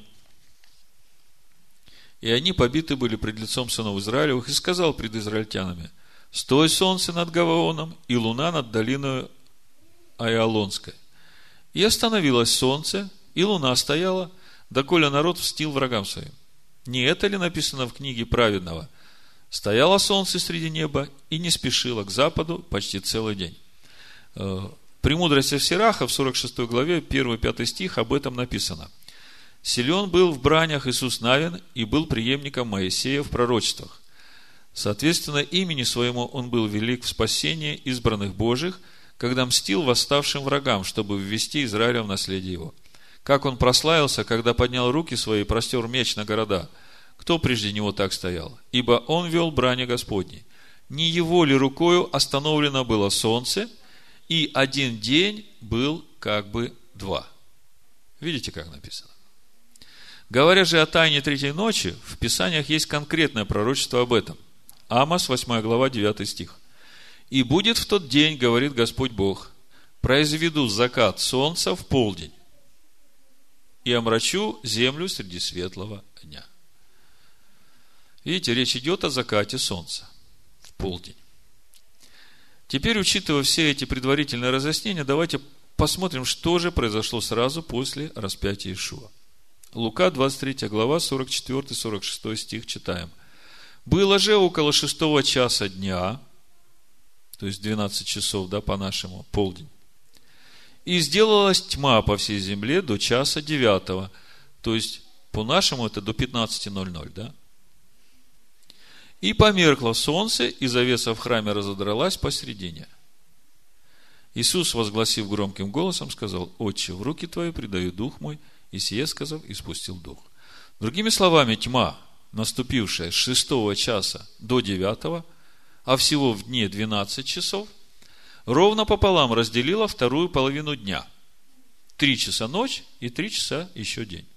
И они побиты были пред лицом сынов Израилевых, и сказал пред израильтянами: «Стой, солнце, над Гаваоном, и луна над долиной Айалонской». И остановилось солнце, и луна стояла, доколе народ мстил врагам своим. Не это ли написано в книге праведного? Стояло солнце среди неба и не спешило к западу почти целый день. Премудрости в Сираха в сорок шестой главе, первый-пятый стих, об этом написано. «Силен был в бранях Иисус Навин и был преемником Моисея в пророчествах. Соответственно, имени своему он был велик в спасении избранных Божьих, когда мстил восставшим врагам, чтобы ввести Израиля в наследие его. Как он прославился, когда поднял руки свои и простер меч на города. Кто прежде него так стоял? Ибо он вел брани Господней. Не его ли рукою остановлено было солнце, и один день был как бы два». Видите, как написано? Говоря же о тайне третьей ночи, в Писаниях есть конкретное пророчество об этом. Амос, восьмая глава, девятый стих. «И будет в тот день, говорит Господь Бог, произведу закат солнца в полдень и омрачу землю среди светлого дня». Видите, речь идет о закате солнца в полдень. Теперь, учитывая все эти предварительные разъяснения, давайте посмотрим, что же произошло сразу после распятия Иешуа. Лука, двадцать третья глава, сорок четвёртый сорок шестой стих читаем. «Было же около шестого часа дня», то есть двенадцать часов, да, по-нашему, полдень, «и сделалась тьма по всей земле до часа девятого», то есть по-нашему это до пятнадцати ноль ноль, да. И померкло солнце, и завеса в храме разодралась посредине. Иисус, возгласив громким голосом, сказал: «Отче, в руки твои предаю дух мой». И сие сказав, испустил дух. Другими словами, тьма, наступившая с шестого часа до девятого, а всего в дне двенадцать часов, ровно пополам разделила вторую половину дня. Три часа ночь и три часа еще день.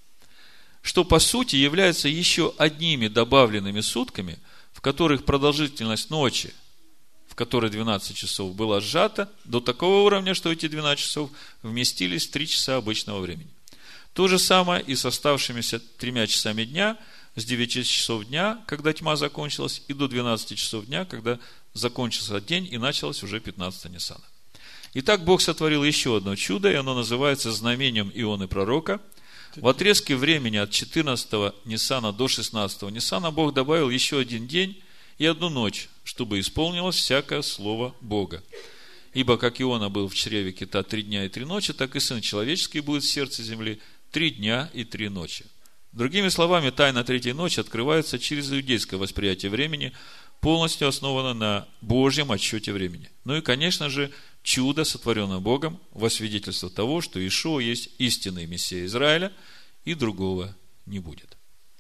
Что по сути является еще одними добавленными сутками, в которых продолжительность ночи, в которой двенадцать часов, была сжата до такого уровня, что эти двенадцать часов вместились в три часа обычного времени. То же самое и с оставшимися тремя часами дня, с девяти часов дня, когда тьма закончилась, и до двенадцати часов дня, когда закончился день и началось уже пятнадцатое Ниссана. Итак, Бог сотворил еще одно чудо, и оно называется знамением Ионы пророка. В отрезке времени от четырнадцатого Ниссана до шестнадцатого Ниссана Бог добавил еще один день и одну ночь, чтобы исполнилось всякое слово Бога. Ибо как Иона был в чреве кита три дня и три ночи, так и Сын Человеческий будет в сердце земли три дня и три ночи. Другими словами, тайна третьей ночи открывается через иудейское восприятие времени, полностью основано на Божьем отсчете времени. Ну и, конечно же, чудо, сотворенное Богом, во свидетельство того, что Иешуа есть истинный Мессия Израиля, и другого не будет.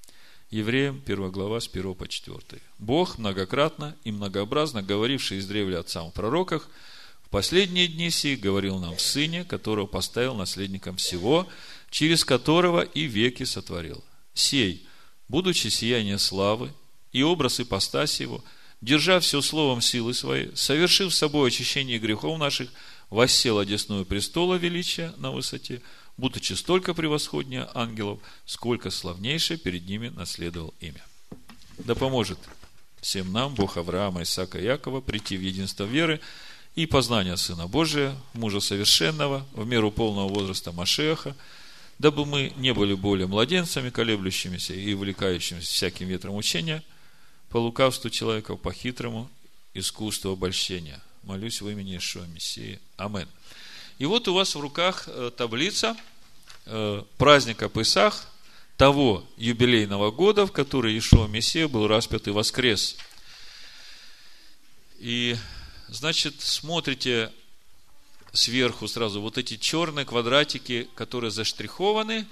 Евреям, первая глава, с первого по четвёртый. Бог, многократно и многообразно говоривший издревле отцам в пророках, в последние дни сии говорил нам в Сыне, которого поставил наследником всего, через которого и веки сотворил. Сей, будучи сияние славы и образ ипостаси его, держа все словом силы своей, совершив с собой очищение грехов наших, воссел одесную престола величия на высоте, будучи столько превосходнее ангелов, сколько славнейшее перед ними наследовал имя. Да поможет всем нам Бог Авраама, Исаака и Якова прийти в единство веры и познания Сына Божия, мужа совершенного, в меру полного возраста Машиаха, дабы мы не были более младенцами, колеблющимися и увлекающимися всяким ветром учения, по лукавству человеков, по хитрому искусству обольщения. Молюсь в имени Иешуа Мессии. Амин. И вот у вас в руках таблица праздника Песах, того юбилейного года, в который Иешуа Мессия был распят и воскрес. И, значит, смотрите сверху сразу вот эти черные квадратики, которые заштрихованы.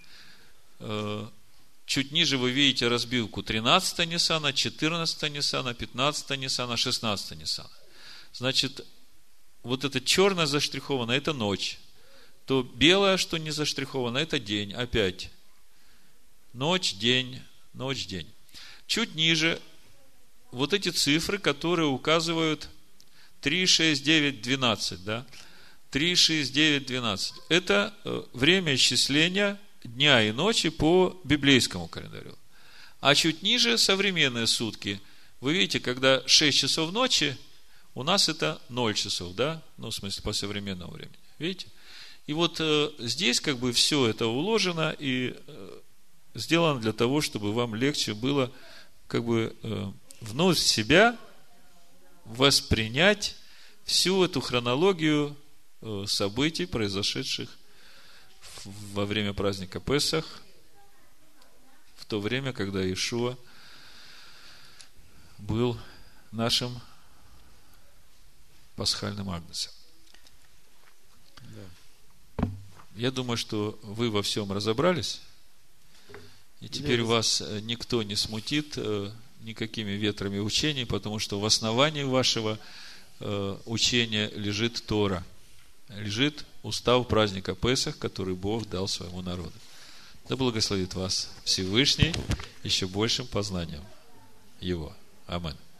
Чуть ниже вы видите разбивку тринадцатого Ниссана, четырнадцатого Ниссана, пятнадцатого Ниссана, шестнадцатого Ниссана. Значит, вот это черное заштриховано, это ночь. То белое, что не заштриховано, это день. Опять. Ночь, день, ночь, день. Чуть ниже вот эти цифры, которые указывают три, шесть, девять, двенадцать, да? три, шесть, девять, двенадцать. Это время исчисления дня и ночи по библейскому календарю. А чуть ниже современные сутки. Вы видите, когда шесть часов ночи, у нас это ноль часов, да? Ну, в смысле, по современному времени. Видите? И вот э, здесь как бы все это уложено и э, сделано для того, чтобы вам легче было как бы э, вновь в себя воспринять всю эту хронологию э, событий, произошедших во время праздника Песах, в то время, когда Иешуа был нашим пасхальным агнцем. Да. Я думаю, что вы во всем разобрались, и теперь Я вас раз... никто не смутит никакими ветрами учений, потому что в основании вашего учения лежит Тора, лежит устав праздника Песах, который Бог дал своему народу. Да благословит вас Всевышний еще большим познанием Его. Аминь.